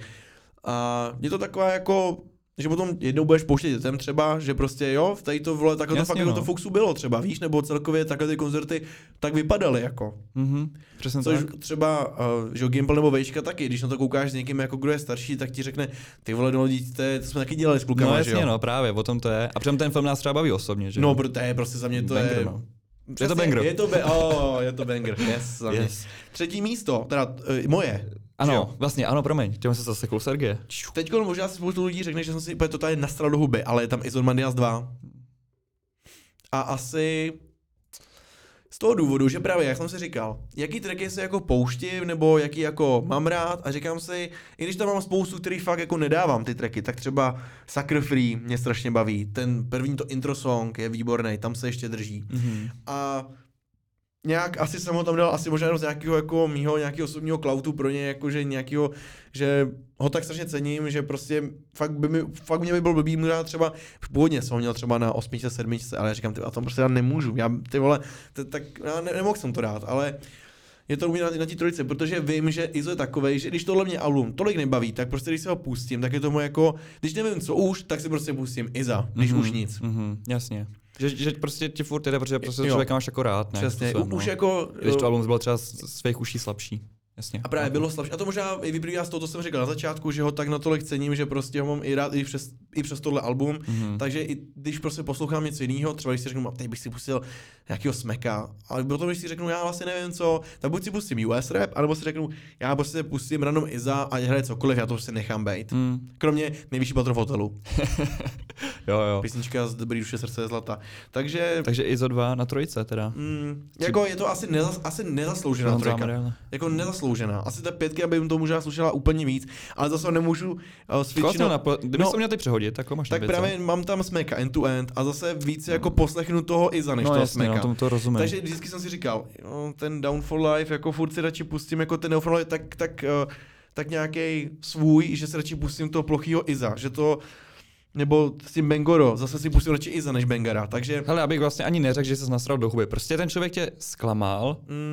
Speaker 1: A je to taková jako, že potom jednou budeš pouštět dětem třeba, že prostě jo, v tady to vole, takhle to fakt no. Jako to Fuchsu bylo třeba, víš, nebo celkově takhle ty koncerty tak vypadaly jako.
Speaker 2: Mhm, přesně
Speaker 1: což
Speaker 2: tak.
Speaker 1: třeba, uh, že Gimple nebo Vejška taky, když na to koukáš s někým jako kdo je starší, tak ti řekne, ty vole, no dítě, to jsme taky dělali s klukama,
Speaker 2: no, jasně,
Speaker 1: že jo.
Speaker 2: No právě, o tom to je. A přitom ten film nás třeba baví osobně, že
Speaker 1: no, protože je prostě za mě to banger, je...
Speaker 2: No.
Speaker 1: Přesně,
Speaker 2: je to banger.
Speaker 1: Je to, be- oh, je to banger, yes, za mě. Yes. Třetí místo, teda uh, moje.
Speaker 2: Ano, vlastně, ano, promiň, těm se zasekl Sergeje.
Speaker 1: Teď možná si spoustu lidí řekne, že jsem si úplně totálně nastral do huby, ale je tam Izomandias dva. A asi z toho důvodu, že právě, jak jsem si říkal, jaký tracky se jako pouštím, nebo jaký jako mám rád a říkám si, i když tam mám spoustu, který fakt jako nedávám ty tracky, tak třeba Sucker Free mě strašně baví, ten první to intro song je výborný, tam se ještě drží. Mm-hmm. A nějak asi jsem ho tam dal asi možná jenom z nějakého jako mýho nějakého osobního klautu pro ně, jakože nějakého, že ho tak strašně cením, že prostě fakt by mi, fakt mě by byl blbý, možná třeba, původně jsem ho měl třeba na osmičce, sedmičce, ale já říkám, ty, a tom prostě já nemůžu, já ty vole, ty, tak já ne, nemohl jsem to dát, ale je to u mě na, na té trojice, protože vím, že Izo je takovej, že když tohle mě album tolik nebaví, tak prostě když se ho pustím, tak je tomu jako, když nevím co už, tak si prostě pustím Iza, když mm-hmm, už nic.
Speaker 2: Mm-hmm, jasně. Že, že prostě ti furt jde, protože prostě člověka máš jako rád, ne?
Speaker 1: Přesně,
Speaker 2: způsobem,
Speaker 1: už
Speaker 2: no.
Speaker 1: jako...
Speaker 2: Když to album byl třeba z svých uší slabší. Jasně.
Speaker 1: A právě bylo slabší. A to možná i vyplývá z toho, co jsem říkal na začátku, že ho tak natolik cením, že prostě ho mám i rád i přes, i přes tohle album. Mm-hmm. Takže i když prostě poslouchám něco jiného, třeba když si řeknu, teď bych si pustil nějakého Smeka, ale potom když si řeknu, já vlastně nevím co, tak buď si pustím U S rap, anebo si řeknu, já prostě pustím random Iza a hraje cokoliv, já to prostě nechám bejt. Mm. Kromě Nejvyšší patro v hotelu.
Speaker 2: jo, jo.
Speaker 1: Písnička z Dobrý duše, srdce je zlata. Takže...
Speaker 2: Takže Izo dva na trojice teda.
Speaker 1: Mm, jako je to asi, nezas, asi nezasloužená trojka. Jako nezasloužená. Asi ta pětka by jim to možná slušela úplně víc, ale zase nemůžu uh, switchnout.
Speaker 2: Napo- Kdybych no, to měl teď přehodit, tak máš
Speaker 1: tak právě mám tam Smeka end to end a zase víc jako poslechnu toho Iza než
Speaker 2: no,
Speaker 1: toho
Speaker 2: jasně,
Speaker 1: Smeka.
Speaker 2: No, tomu to rozumím.
Speaker 1: Takže vždycky jsem si říkal, jo, ten Downfall Life, jako furt si radši pustím jako ten Downfall Life, tak, tak, uh, tak nějaký svůj, že si radši pustím toho plochýho Iza, že to nebo s tím Bangoro, zase si pustím radši Iza než Bangara, takže...
Speaker 2: Hele, abych vlastně ani neřekl, že jsi nasral do huby, prostě ten člověk tě zklamal, mm.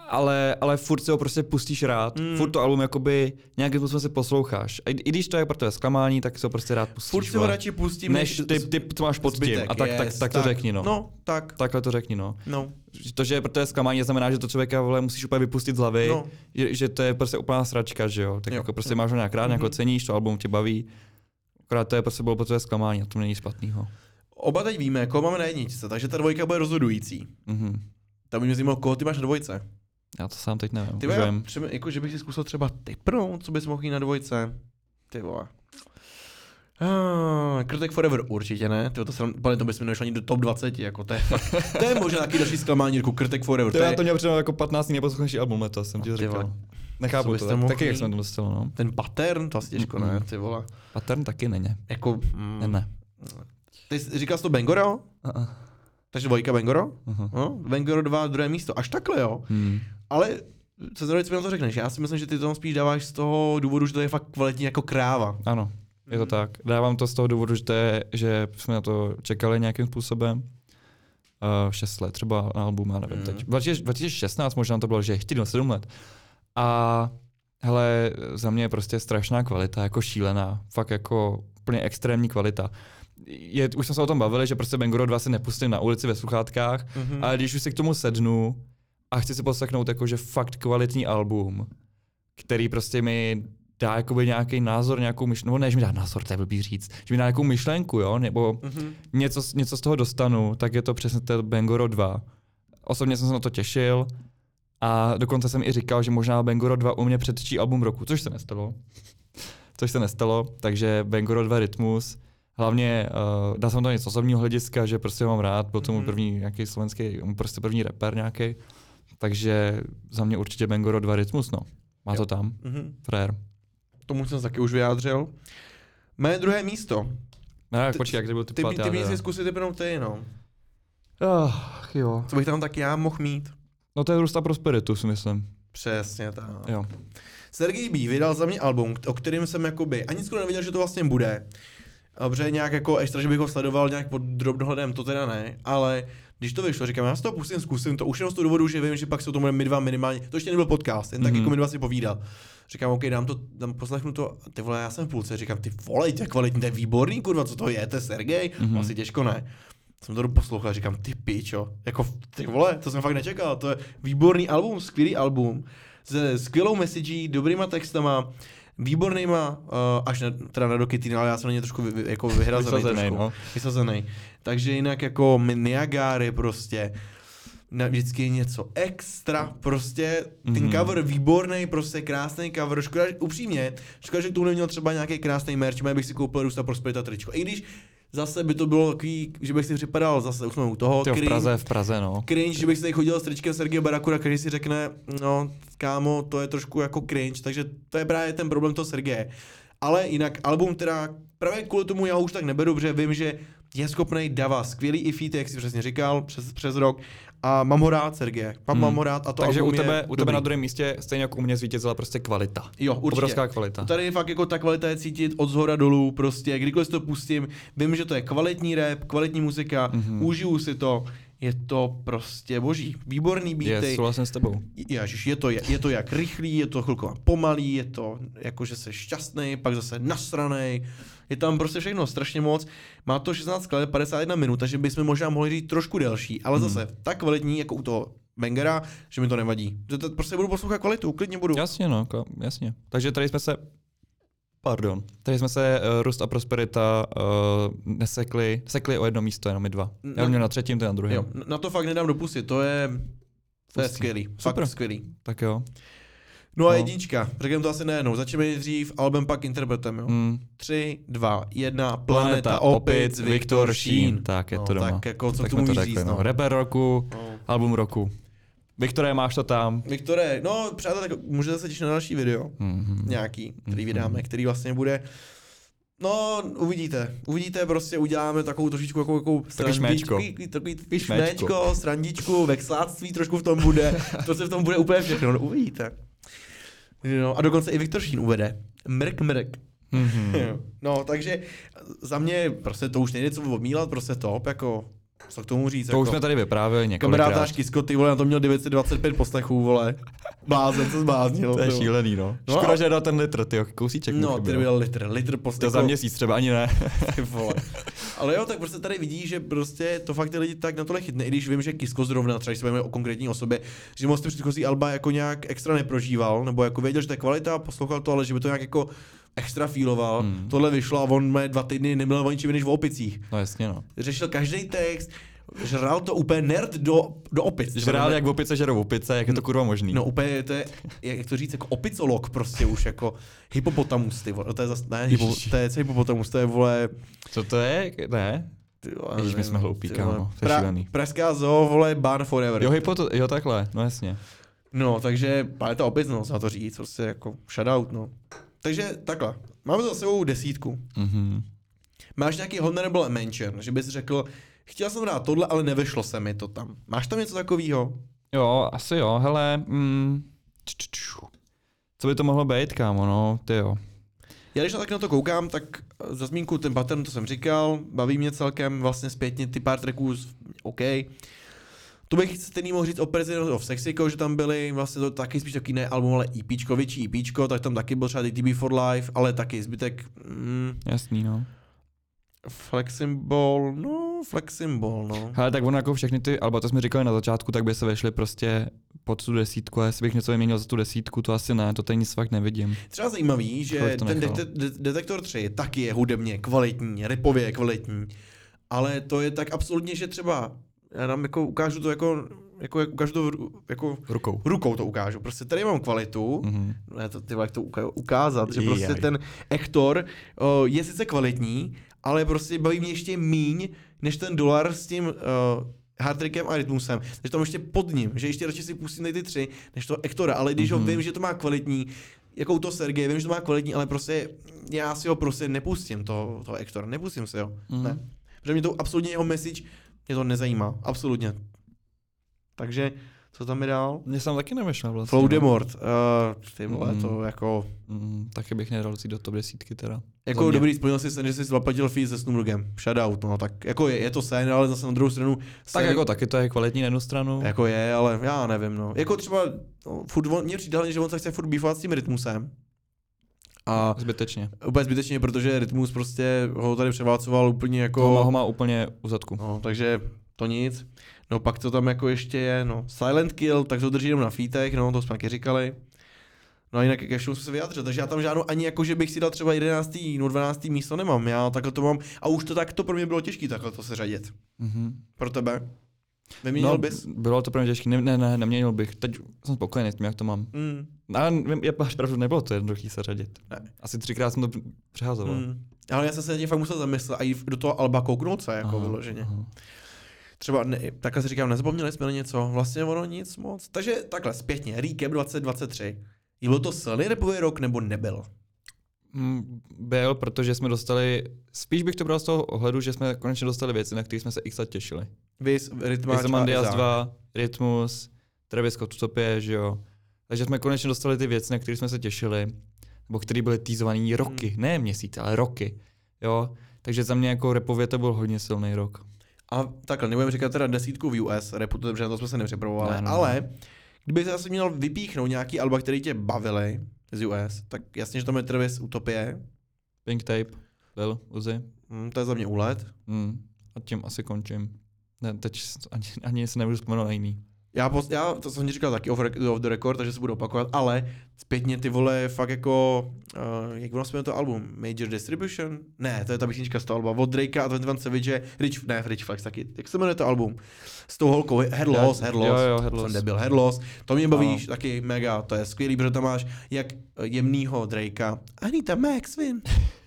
Speaker 2: ale, ale furt si ho prostě pustíš rád. Mm. Furt to album jakoby nějakým způsobem si posloucháš. I, I když to je pro tebe zklamání, tak si ho prostě rád pustíš.
Speaker 1: Furt si ho radši pustím,
Speaker 2: než ty, ty to máš pod tím. A tak, yes, tak, tak to tak, řekni, no.
Speaker 1: No, tak.
Speaker 2: Takhle to řekni, no.
Speaker 1: no.
Speaker 2: To, že je pro tebe zklamání, znamená, že to člověka vole, musíš úplně vypustit z hlavy, no. že, že to je prostě úplná sračka, že jo. Tak jo. Jako prostě máš ho nějak rád, mm-hmm. nějak ceníš, to album tě baví. Akorát to je prostě bylo pro tebe zklamání, a to není špatnýho.
Speaker 1: Oba teď víme, koho máme na jedničce, takže ta dvojka bude rozhodující.
Speaker 2: Mm-hmm.
Speaker 1: Tam by mě zajímalo, koho ty máš na dvojce.
Speaker 2: Já to sám teď nevím.
Speaker 1: Ty vole, třeba, jako, že bych si zkusil třeba typnout, co bys mohl jít na dvojce. Ty vole. Ah, Krytek Forever určitě ne, ty to sram, to bys mi nešel ani do top dvacet, jako to je fakt, to je možná taky další zklamání, jako Krytek Forever.
Speaker 2: To, to já to měl třeba jako patnáct nejposlouchanější album letos, jsem ti říkal. Nechápu to, tak, taky jak jsem to dostal, no.
Speaker 1: Ten pattern, to asi těžko mm-hmm. ne, ty vole.
Speaker 2: Pattern taky není.
Speaker 1: Jako, mm,
Speaker 2: ne, ne.
Speaker 1: Ty jsi říkal jsi to Bangoro?
Speaker 2: Uh-uh.
Speaker 1: Takže dvojka Bangoro?
Speaker 2: Uh-huh.
Speaker 1: No, Bangoro dva, druhé místo, až takhle jo.
Speaker 2: Hmm.
Speaker 1: Ale co zrovna mi to řekneš, já si myslím, že ty to spíš dáváš z toho důvodu, že to je fakt kvalitní jako kráva.
Speaker 2: Ano, je to tak. Dávám to z toho důvodu, že, to je, že jsme na to čekali nějakým způsobem. Uh, šest let třeba na album, já nevím mm. teď. dva tisíce šestnáct možná to bylo, že chtěl sedm let. A hele, za mě je prostě strašná kvalita, jako šílená. Fakt jako úplně extrémní kvalita. Je, už jsme se o tom bavili, že prostě Bangoro dva si nepustím na ulici ve sluchátkách, mm-hmm. ale když už si k tomu sednu a chci si poslechnout jakože fakt kvalitní album, který prostě mi dá jakoby nějaký názor, nějakou myšlenku, nebo ne, že mi dá názor, to je blbý říct, že mi dá nějakou myšlenku, jo, nebo mm-hmm. něco, něco z toho dostanu, tak je to přesně ten Bangoro dva. Osobně jsem se na to těšil a dokonce jsem i říkal, že možná Bangoro dva u mě předčí album roku, což se nestalo. Což se nestalo, takže Bangoro dva Rytmus. Hlavně uh, dal jsem to něco osobního hlediska, že prostě ho mám rád, byl to můj první nějaký slovenský, prostě první rapper nějaký, takže za mě určitě Bangoro dva Rytmus, no. Má jo. to tam, mm-hmm. Frér.
Speaker 1: Tomu jsem se taky už vyjádřil. Mé druhé místo.
Speaker 2: Ne, ty, počkej, jak byl typovat,
Speaker 1: ty, ty, ty mě si zkusit typnout ty, no.
Speaker 2: Ach, jo.
Speaker 1: Co bych tam tak já mohl mít?
Speaker 2: No to je Růst a prosperitu, si myslím.
Speaker 1: Přesně tak.
Speaker 2: Jo.
Speaker 1: Sergej B. vydal za mě album, o kterém jsem jakoby ani skoro nevěděl, že to vlastně bude. Dobře, nějak jako extra, že bych ho sledoval nějak pod drobnohledem, to teda ne, ale když to vyšlo, říkám, já si to pustím, zkusím to, už jenom z toho důvodu, že vím, že pak se o tom budeme my dva minimálně, to ještě nebyl podcast, jen mm-hmm. tak jako my dva si povídal. Říkám, OK, dám to, dám, poslechnu to, ty vole, já jsem v půlce, říkám, ty vole, to je kvalitní, to je výborný, kurva, co to je, to je Sergej, mm-hmm. asi těžko ne. Jsem to poslouchal, říkám, ty pičo, jako, ty vole, to jsem fakt nečekal, to je výborný album, skvělý album, se skvělou messagí, dobrýma textama, výbornýma, uh, až na, teda na Dokytý, ale já jsem na ně trošku vy, jako vyhrazený,
Speaker 2: vysazený, no.
Speaker 1: vysazený. Takže jinak jako Niagary prostě, na, vždycky je něco extra, prostě ten mm-hmm. cover výborný, prostě krásný cover, škoda, upřímně, škoda, že tu neměl třeba nějaký krásný merch, já bych si koupil Růst a Prosperita tričko, i když zase by to bylo takový, že bych si připadal, zase už jsme u toho,
Speaker 2: cringe, v Praze, v Praze, no.
Speaker 1: Cringe, že bych si tady chodil s tričkem Sergeje Barakura, který si řekne, no kámo, to je trošku jako cringe, takže to je právě ten problém toho Sergeje. Ale jinak album teda, právě kvůli tomu já ho už tak neberu, protože vím, že je schopný dává skvělý i feat, jak jsi přesně říkal, přes, přes rok. A mám ho rád, Sergeje. Mám, hmm. mám ho rád a to
Speaker 2: takže
Speaker 1: album
Speaker 2: u tebe,
Speaker 1: je
Speaker 2: u tebe na druhém místě stejně jako u mě zvítězila prostě kvalita.
Speaker 1: Jo, určitě.
Speaker 2: Obrovská kvalita.
Speaker 1: Tady je fakt jako ta kvalita je cítit od zhora dolů, prostě kdykoliv si to pustím, vím, že to je kvalitní rap, kvalitní muzika, mm-hmm. užiju si to. Je to prostě boží, výborný beaty.
Speaker 2: Je, souhlasím s tebou.
Speaker 1: Ježiš, je to, je, je to jak rychlý, je to chvilku pomalý, je to jako, že jsi šťastný, pak zase nasranej. Je tam prostě všechno strašně moc. Má to šestnáct skladeb, padesát jedna minut, takže bychom možná mohli říct trošku delší, ale hmm. zase tak kvalitní jako u toho Bangera, že mi to nevadí. Že to prostě budu poslouchat kvalitu, klidně budu.
Speaker 2: Jasně no, jasně. Takže tady jsme se Pardon. Tady jsme se uh, Růst a Prosperita uh, nesekli, sekli o jedno místo, jenom my dva. Já no, měl na třetím, ten na druhém.
Speaker 1: Jo, na to fakt nedám dopustit, to je, to je skvělý, super. Fakt skvělý.
Speaker 2: Tak jo.
Speaker 1: No a no. jednička, řekněme to asi nejednou, začneme nejdřív, album pak interpretem, jo. Mm. Tři, dva, jedna, Planeta Opic, Viktor Sheen.
Speaker 2: Tak je
Speaker 1: no,
Speaker 2: to doma.
Speaker 1: Tak jako, co
Speaker 2: tak
Speaker 1: k tomu můžeš říct, no.
Speaker 2: Rapper roku, no. album roku. Viktore, máš to tam?
Speaker 1: Viktore, no přátelé, tak můžete se těšit na další video, mm-hmm. nějaký, který mm-hmm. vydáme, který vlastně bude, no uvidíte, uvidíte, prostě uděláme takovou trošičku jako, jako
Speaker 2: srandičku,
Speaker 1: takový šméčko, srandičku, vexláctví trošku v tom bude, to se v tom bude úplně všechno, no uvidíte. No a dokonce i Viktor Sheen uvede, mrk mrk. Mm-hmm. No takže za mě prostě to už nejde co omílat, prostě top, jako Co k tomu říct?
Speaker 2: To
Speaker 1: jako...
Speaker 2: už jsme tady vyprávěli
Speaker 1: Kamarád
Speaker 2: několikrát.
Speaker 1: náš Kisko, ty vole, na to měl devět set dvacet pět poslechů, vole. Blázen se zbláznil.
Speaker 2: To je
Speaker 1: ty vole.
Speaker 2: šílený, no.
Speaker 1: No
Speaker 2: Škoda,
Speaker 1: a-
Speaker 2: že dal ten litr, ty kousíček mu
Speaker 1: No,
Speaker 2: chyběl.
Speaker 1: ty byl litr, litr poslechů.
Speaker 2: To za měsíc třeba ani ne.
Speaker 1: Ty vole. Ale jo, tak prostě tady vidí, že prostě to fakt ty lidi tak na tohle chytne, i když vím, že Kisko zrovna, třeba když se bavíme o konkrétní osobě, že moc ty předchozí alba jako nějak extra neprožíval, nebo jako věděl, že to je kvalita, poslouchal to, ale že by to nějak jako extra feeloval.
Speaker 2: Hmm.
Speaker 1: Tohle vyšlo a on mé dva týdny neměl o ničem než o opicích.
Speaker 2: No jasně, no.
Speaker 1: Řešil každý text, žral to úplně nerd do, do opic.
Speaker 2: Žrál jak v opice, žerou v opice, jak je to kurva možný.
Speaker 1: No úplně to je, jak to říct, jako opicolog prostě už, jako hypopotamus, ty vole, to je zase, ne, hypo, to je co hypopotamus, to je, vole,
Speaker 2: Co to je? Ne?
Speaker 1: ty vole,
Speaker 2: Ježiš, my
Speaker 1: nevím,
Speaker 2: jsme hloupí,
Speaker 1: ty
Speaker 2: kámo,
Speaker 1: vole.
Speaker 2: to je šílený.
Speaker 1: Pražská zoo, vole, ban forever.
Speaker 2: Jo, hypo, jo takhle, no jasně.
Speaker 1: No, takže je to opět, no, za to říct, prostě jako shoutout, no. Takže takhle, máme za sebou desítku.
Speaker 2: Mhm.
Speaker 1: Máš nějaký honorable mention, že bys řekl, chtěl jsem dát tohle, ale nevešlo se mi to tam. Máš tam něco takového?
Speaker 2: Jo, asi jo, hele, mm, č, č, č. Co by to mohlo být, kámo, no, ty jo.
Speaker 1: Já když na tak na to koukám, tak za zmínku ten pattern, to jsem říkal, baví mě celkem vlastně zpětně ty pár tracků, OK. To bych stejný mohl říct o President of Sexico, že tam byly vlastně to taky spíš taky ne album, ale EPčko, větší EPčko, tak tam taky byl třeba D T B for Life, ale taky zbytek, mm,
Speaker 2: Jasný, no.
Speaker 1: Fleximball, no, Fleximball, no.
Speaker 2: Hele, tak ono jako všechny ty alba, to jsme říkali na začátku, tak by se vešly prostě pod tu desítku, a jestli bych něco vyměnil za tu desítku, to asi ne, to tady nic fakt nevidím.
Speaker 1: Třeba zajímavý, že
Speaker 2: Kolik to
Speaker 1: ten
Speaker 2: nechal?
Speaker 1: de- de- Detektor tři taky je hudebně kvalitní, rapově kvalitní, ale to je tak absolutně, že třeba, já nám jako ukážu to jako, jako, jako ukážu to ru- jako
Speaker 2: Rukou.
Speaker 1: rukou to ukážu, prostě tady mám kvalitu,
Speaker 2: Mhm.
Speaker 1: ne, to, ty vole, jak to uka- ukázat, že prostě
Speaker 2: Jaj.
Speaker 1: ten Hector o, je sice kvalitní, ale prostě baví mě ještě míň, než ten Dolar s tím uh, Hardtrickem a Rytmusem, takže tam ještě pod ním, že ještě radši si pustím tady ty tři, než to Hectora, ale když mm-hmm. ho vím, že to má kvalitní, jako to Sergej, vím, že to má kvalitní, ale prostě já si ho prostě nepustím, to, to Hectora, nepustím si ho,
Speaker 2: Mhm.
Speaker 1: ne. Protože mě to absolutně jeho message, mě to nezajímá, absolutně. Takže, co tam je dál?
Speaker 2: Mně jsem taky nevešel vlastně.
Speaker 1: Flow
Speaker 2: no.
Speaker 1: Demort, uh, ty vole,
Speaker 2: Mm.
Speaker 1: to jako,
Speaker 2: Mm, taky bych nedal si do top desítky teda.
Speaker 1: jako
Speaker 2: Za mě.
Speaker 1: dobrý, splnil si sen, že jsi zaplatil fee se Snoop Doggem, shoutout, no, tak jako je, je to sen, ale zase na druhou stranu,
Speaker 2: Tak
Speaker 1: sen,
Speaker 2: jako taky to je kvalitní na jednu stranu.
Speaker 1: jako je, ale já nevím, no, jako třeba, no, furt on, mně přijde hlavně, že on se chce furt bývat s tím Rytmusem, a
Speaker 2: Zbytečně.
Speaker 1: úplně zbytečně, protože Rytmus prostě ho tady převálcoval úplně jako,
Speaker 2: Ho má, ho má úplně u zadku.
Speaker 1: no, takže to nic. No pak co tam jako ještě je, no Silent Kill, tak to drží jenom na featech, no to jsme taky říkali. No a jinak ke všemu jsme se vyjádřili, takže já tam žádnou ani jako, že bych si dal třeba jedenáctý no dvanáctý místo nemám, já takhle to mám a už to tak to pro mě bylo těžké takhle to seřadit.
Speaker 2: Mhm.
Speaker 1: Pro tebe? Vyměnil
Speaker 2: No,
Speaker 1: bys?
Speaker 2: bylo to pro mě těžké, ne, ne, ne, neměnil bych, teď jsem spokojený s tím, jak to mám.
Speaker 1: Mm,
Speaker 2: Ale vím, je máš pravdu, nebylo to jednoduchý se řadit.
Speaker 1: Ne.
Speaker 2: Asi třikrát jsem to přehazoval.
Speaker 1: mm. Ale já jsem se na tě fakt musel zamyslet a jít do toho alba kouknout se, jako
Speaker 2: Aha,
Speaker 1: vyloženě.
Speaker 2: aha.
Speaker 1: Třeba, ne, takhle si říkám, nezapomněli jsme na něco, vlastně ono nic moc. Takže takhle, zpětně, Recap dvacet dvacet tři. Byl to silný rapový rok nebo nebyl?
Speaker 2: Mm, Byl, protože jsme dostali, spíš bych to bral z toho ohledu, že jsme konečně dostali věci, na které jsme se x let těšili.
Speaker 1: Vys, Rytmáč a
Speaker 2: Izomandias
Speaker 1: Izák.
Speaker 2: dva, Rytmus, Travis Scott Utopie, že jo. Takže jsme konečně dostali ty věci, na které jsme se těšili, nebo které byly týzované roky,
Speaker 1: Hmm.
Speaker 2: ne měsíce, ale roky. Jo. Takže za mě jako rapově to byl hodně silný rok.
Speaker 1: A takhle, nebudeme říkat teda desítku v U S, repu, protože na to jsme se nepřipravovali,
Speaker 2: Ne, no,
Speaker 1: ale kdyby se asi měl vypíchnout nějaký alba, který tě bavily z U S, tak jasně, že tam je Travis Utopie,
Speaker 2: Pink Tape, Lil Uzi.
Speaker 1: hm, to je za mě úlet.
Speaker 2: Hmm. A tím asi končím. Ne, teď ani, ani se nebudu vzpomenout na jiný.
Speaker 1: Já, post, já to jsem ti říkal taky off, rec- off the record, takže se budu opakovat, ale zpětně ty vole fakt jako, uh, jak ono se jmenuje to album, Major Distribution? Ne, to je ta písnička z toho alba, od Drakea a dvacet jedna Savage, Rich, ne, Rich Flex taky, jak se jmenuje to album? S tou holkou, Head Loss, Head Loss,
Speaker 2: Jo, jo, Head
Speaker 1: jsem
Speaker 2: Loss.
Speaker 1: debil, Head Loss, to mě baví
Speaker 2: Ano.
Speaker 1: taky mega, to je skvělý, protože tam máš jak jemnýho Drakea, Anita Maxwin,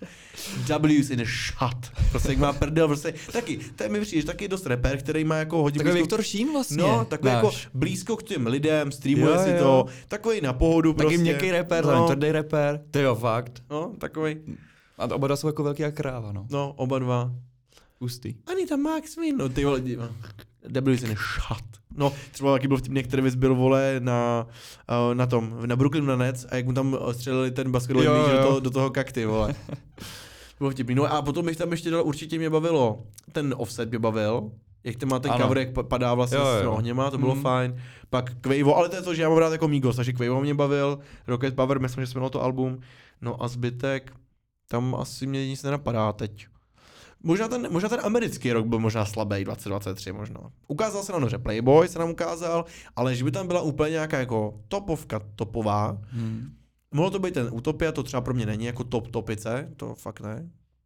Speaker 1: W's in a shot, prostě jak má prdel, prostě taky, to je mi přijde, že taky dost rapper, který má jako hodně
Speaker 2: Takový
Speaker 1: blízko-
Speaker 2: Viktor Šín vlastně.
Speaker 1: No, takový jako
Speaker 2: náš.
Speaker 1: blízko k těm lidem, streamuje
Speaker 2: Jo,
Speaker 1: si
Speaker 2: jo.
Speaker 1: to, takový na pohodu
Speaker 2: Taky
Speaker 1: prostě.
Speaker 2: měkký rapper,
Speaker 1: no,
Speaker 2: tvrdý rapper. Ty jo, fakt.
Speaker 1: no, takový,
Speaker 2: A oba dva jsou jako velký jak kráva, no.
Speaker 1: no, oba dva.
Speaker 2: Ústý.
Speaker 1: Anita Maxwin, no ty vole, W's in a shot. No, třeba taky byl vtipný, který byl, vole, na, uh, na tom, na Brooklyn Nets a jak mu tam střelili ten basketbalový
Speaker 2: Jo,
Speaker 1: míč do
Speaker 2: jo.
Speaker 1: toho, do toho kakty, vole. Bylo vtipný. No a potom bych tam ještě dal, určitě mě bavilo, ten Offset mě bavil, Jak ten má ten
Speaker 2: Ano.
Speaker 1: cover, jak pa- padá vlastně
Speaker 2: Jo,
Speaker 1: s
Speaker 2: jo.
Speaker 1: těmi ohněma, to bylo
Speaker 2: Mm.
Speaker 1: fajn. Pak Quavo, ale to je to, že já mám rád jako Migos, takže Quavo mě bavil, Rocket Power, myslím, že jsme měl to album, no a zbytek, tam asi mě nic nenapadá teď. Možná ten, možná ten americký rok byl možná slabý, dvacet dvacet tři možná. Ukázal se na noře Playboy, se nám ukázal, ale že by tam byla úplně nějaká jako topovka topová.
Speaker 2: Hmm.
Speaker 1: Mohlo to být ten Utopia, to třeba pro mě není jako top topice, to fakt ne.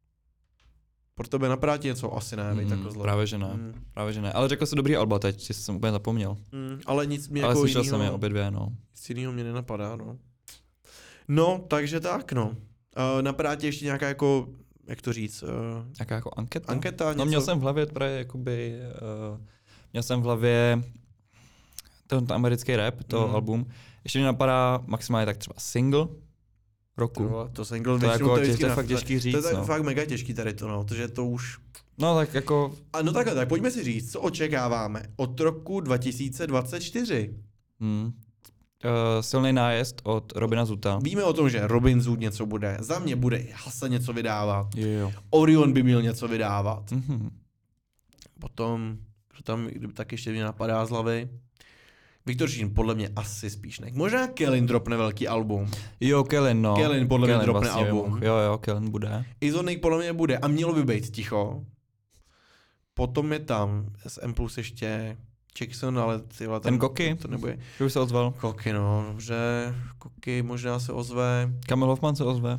Speaker 1: Pro tebe napadá ti něco? Asi ne, mm,
Speaker 2: Mm,
Speaker 1: jako zlo.
Speaker 2: právě že ne,
Speaker 1: Mm,
Speaker 2: právě že ne. Ale řekl jsi dobrý alba teď, že jsem úplně zapomněl.
Speaker 1: mm, ale nic mě
Speaker 2: Ale
Speaker 1: jako
Speaker 2: slyšel
Speaker 1: jinýho,
Speaker 2: jsem je obě dvě, no.
Speaker 1: nic jinýho mě nenapadá, no. No, takže tak, no. Uh, napadá ti ještě nějaká jako, jak to říct, uh,
Speaker 2: Jaká jako anketa?
Speaker 1: anketa, něco?
Speaker 2: No měl jsem v hlavě právě jakoby, uh, měl jsem v hlavě ten americký rap, to
Speaker 1: Mm.
Speaker 2: album. Ještě mi napadá maximálně tak třeba single roku.
Speaker 1: To, to single
Speaker 2: To je
Speaker 1: většinou
Speaker 2: jako
Speaker 1: to je
Speaker 2: tě-
Speaker 1: vždycky
Speaker 2: to je
Speaker 1: na-
Speaker 2: fakt těžký říct,
Speaker 1: To je tak
Speaker 2: no.
Speaker 1: fakt mega těžký tady to, no, protože to už...
Speaker 2: No tak jako,
Speaker 1: A no takhle, tak pojďme si říct, co očekáváme od roku dva tisíce dvacet čtyři.
Speaker 2: hm, uh, silný nájezd od Robina Zuta.
Speaker 1: Víme o tom, že Robin Zoot něco bude, za mě bude i Hasa něco vydávat,
Speaker 2: Jo, jo.
Speaker 1: Orion by měl něco vydávat.
Speaker 2: Mhm.
Speaker 1: Potom, kdo tam kdyby tak ještě mě napadá z hlavy, Viktor Šín podle mě asi spíš ne. Možná Kellen dropne velký album.
Speaker 2: Jo, Kellen, no.
Speaker 1: Kellen podle mě dropne
Speaker 2: vlastně
Speaker 1: album.
Speaker 2: vymohl. Jo, jo, Kellen bude.
Speaker 1: Izonik podle mě bude a mělo by být ticho. Potom je tam S M plus ještě Jackson, ale ty vole,
Speaker 2: Ten Koky?
Speaker 1: To, to nebude.
Speaker 2: Že už se ozval.
Speaker 1: Koky, no, dobře. Koky možná se ozve.
Speaker 2: Kamil Hoffman se ozve.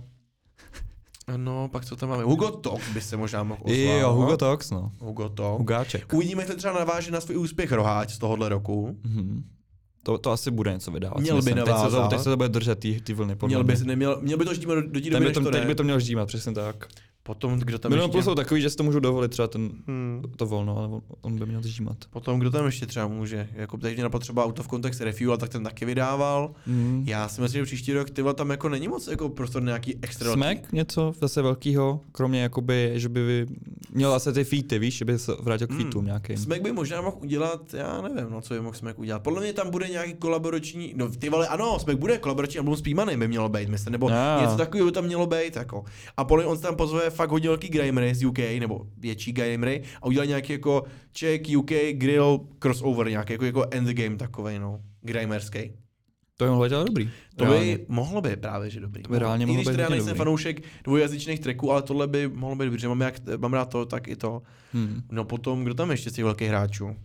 Speaker 1: No, pak co tam máme? Hugo Tox by se možná mohl ozvat.
Speaker 2: Jo, Hugo Tox, no.
Speaker 1: Hugo Tox.
Speaker 2: Hugáček.
Speaker 1: Uvidíme, jestli třeba naváže na svůj úspěch Roháč z tohohle roku.
Speaker 2: Mhm. To, to asi bude něco vydávat.
Speaker 1: Měl
Speaker 2: si
Speaker 1: by
Speaker 2: myslím. teď se, to,
Speaker 1: navázat.
Speaker 2: teď se to bude držet ty, ty vlny. podle
Speaker 1: Měl by,
Speaker 2: mě.
Speaker 1: neměl, měl by to ždímat do, do té
Speaker 2: Ten
Speaker 1: doby,
Speaker 2: by
Speaker 1: než
Speaker 2: to,
Speaker 1: to
Speaker 2: teď
Speaker 1: jde.
Speaker 2: by to měl ždímat, přesně tak.
Speaker 1: Potom, kdo tam
Speaker 2: Milion
Speaker 1: ještě...
Speaker 2: plus jsou takový, že si to můžou dovolit třeba ten,
Speaker 1: Hmm.
Speaker 2: to volno, ale on, on by měl ždímat.
Speaker 1: Potom, kdo tam ještě třeba může? Jako teď mě napadlo třeba Out of Context Refuel, tak ten taky vydával.
Speaker 2: Mm.
Speaker 1: Já si myslím, že příští rok tyhle tam jako není moc jako prostor na nějaký extra velký-
Speaker 2: Smek něco zase velkýho, kromě jakoby, že by vy, měl zase ty featy, víš, že by se vrátil k
Speaker 1: Hmm.
Speaker 2: featům nějakým.
Speaker 1: Smek by možná mohl udělat, já nevím, no co by mohl Smek udělat. Podle mě tam bude nějaký kolaborační, no ty vole, ano, Smek bude kolaborační album s P-Money by mělo být, myslím, nebo
Speaker 2: Ah.
Speaker 1: něco takového by tam mělo být, jako. A podle mě on se tam pozve fakt hodně velký gamery z U K, nebo větší gamery a udělá nějaký jako Czech, U K, grill, crossover nějaký, jako, jako endgame takovej, no, gamerský.
Speaker 2: To je mohlo být ale dobrý.
Speaker 1: To
Speaker 2: Reálně.
Speaker 1: by mohlo být právě, že dobrý.
Speaker 2: To by reálně
Speaker 1: I
Speaker 2: mohlo
Speaker 1: když
Speaker 2: být
Speaker 1: teda
Speaker 2: hodně
Speaker 1: nejsem
Speaker 2: dobrý.
Speaker 1: fanoušek dvojjazyčných tracků, ale tohle by mohlo být dobrý, že mám, jak, mám rád to, tak i to.
Speaker 2: Hmm.
Speaker 1: No potom, kdo tam ještě z těch velkých hráčů?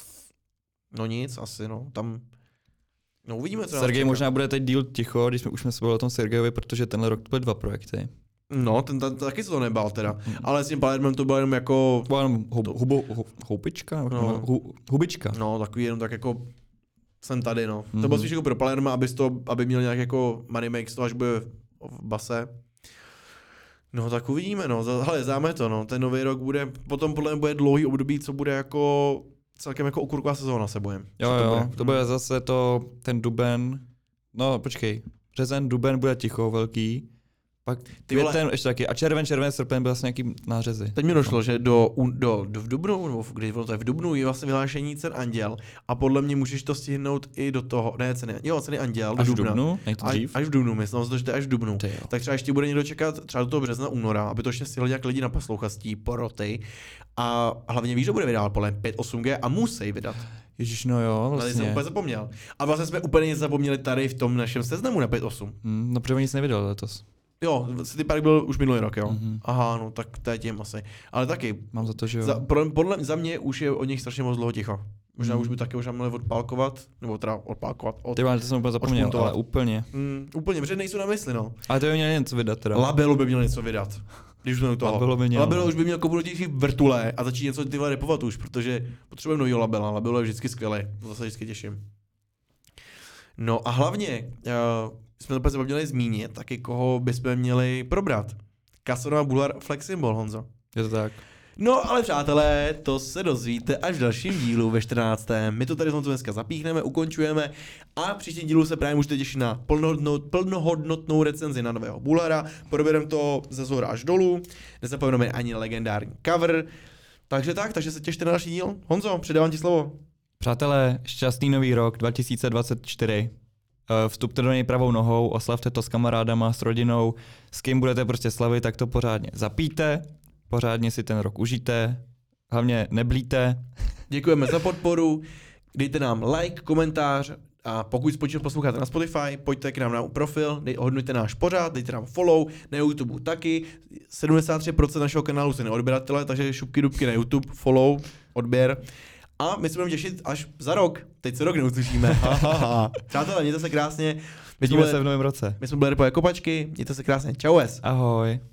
Speaker 1: No nic, asi no, tam... No uvidíme, co nás
Speaker 2: Sergej
Speaker 1: čeká.
Speaker 2: možná bude teď díl ticho, když jsme už jsme se bavili o tom Sergejovi, protože tenhle rok to byly dva projekty.
Speaker 1: No, ten, ten, taky se to nebál teda.
Speaker 2: Hmm.
Speaker 1: Ale s tím Palermem to bylo jenom jako...
Speaker 2: Byla jenom hub, hubo, hu, houpička?
Speaker 1: No.
Speaker 2: No. Hu, hubička.
Speaker 1: No, takový jenom tak jako... Jsem tady, no. Mm-hmm. To
Speaker 2: Mhm.
Speaker 1: bylo spíš jako pro Palerma, aby, to, aby měl nějak jako money make z toho, až bude v base. No tak uvidíme, no. Za- Hele, záme to, no. Ten nový rok bude, potom podle mě bude dlouhý období, co bude jako celkem jako okurková sezóna se bojem.
Speaker 2: Jo,
Speaker 1: Že
Speaker 2: jo,
Speaker 1: to bude.
Speaker 2: to bude zase to, ten duben, no počkej, březen, duben bude ticho, velký, pak
Speaker 1: Ty vole.
Speaker 2: květen ještě taky, a červen, červen, srpen byl asi nějaký nářezy.
Speaker 1: Teď mi došlo, že do, u- do, do v Dubnu, nebo v- kdy bylo to je v Dubnu, je vlastně vyhlášení cen Anděl a podle mě můžeš to stihnout i do toho, ne ceny, jo, ceny Anděl,
Speaker 2: Až
Speaker 1: do
Speaker 2: v
Speaker 1: Dubna.
Speaker 2: dubnu, nejde to
Speaker 1: Až,
Speaker 2: dřív?
Speaker 1: až v Dubnu, myslím, že to je až v Dubnu.
Speaker 2: Ty jo.
Speaker 1: Tak třeba ještě bude někdo čekat třeba do toho března, února, aby to ještě stihli nějak lidi na poslouchastí, poroty. A hlavně víš, že bude vydávat podle pět osm G a musí vydat.
Speaker 2: Ježíš, no jo,
Speaker 1: Vlastně. Tady jsem
Speaker 2: vlastně.
Speaker 1: úplně zapomněl. A vlastně jsme úplně nic zapomněli tady v tom našem seznamu na pět osm.
Speaker 2: Hmm, no protože oni nic nevydali letos.
Speaker 1: Jo, City Park byl už minulý rok, jo.
Speaker 2: Mhm.
Speaker 1: Aha, no tak to je tím asi. Ale taky,
Speaker 2: Mám za to, že jo.
Speaker 1: za, podle, podle za mě už je od nich strašně moc dlouho ticho. Možná
Speaker 2: Mhm.
Speaker 1: už by taky možná měli odpálkovat, nebo teda odpálkovat. Od,
Speaker 2: Ty to jsem úplně zapomněl,
Speaker 1: odšpuntovat.
Speaker 2: ale úplně.
Speaker 1: mm, úplně, protože nejsou na mysli, no.
Speaker 2: Ale to by měl něco vydat teda.
Speaker 1: Labelu by měl něco vydat. Když jsme u toho.
Speaker 2: Labelo by měl.
Speaker 1: Labelo už by měl kopnout vrtule a začít něco tyhle repovat už, protože potřebujeme novýho labela. Labelo je vždycky skvělý, to se vždycky těším. No a hlavně, uh, jsme to zapomněli zmínit, taky koho bychom měli probrat. Casanova Bular Flex Symbol, Honzo.
Speaker 2: Je to tak.
Speaker 1: No ale přátelé, to se dozvíte až v dalším dílu ve čtrnáctém My to tady Honzo dneska zapíchneme, ukončujeme a v příštím dílu se právě můžete těšit na plnohodnotnou, plnohodnotnou recenzi na nového Bulara. Probereme to ze zhora až dolů, nezapomeneme ani legendární cover. Takže tak, takže se těšte na další díl. Honzo, předávám ti slovo.
Speaker 2: Přátelé, šťastný nový rok dva tisíce dvacet čtyři. Eh, Vstupte do něj pravou nohou, oslavte to s kamarádama, s rodinou, s kým budete prostě slavit, tak to pořádně zapijte, pořádně si ten rok užijte, hlavně neblíte.
Speaker 1: Děkujeme za podporu, dejte nám like, komentář a pokud Spočívat posloucháte na Spotify, pojďte k nám na profil, dej, ohodnoťte náš pořad, dejte nám follow, na YouTube taky, sedmdesát tři procent našeho kanálu jsou neodběratele, takže šupky dubky na YouTube, follow, odběr. A my se budeme těšit až za rok. Teď se rok neuslyšíme. Ha, ha, ha. Přátelé, mějte se krásně. My
Speaker 2: Vidíme
Speaker 1: jsme,
Speaker 2: se v novém roce.
Speaker 1: my jsme byli Repo Kopačky, mějte se krásně. Čau es.
Speaker 2: Ahoj.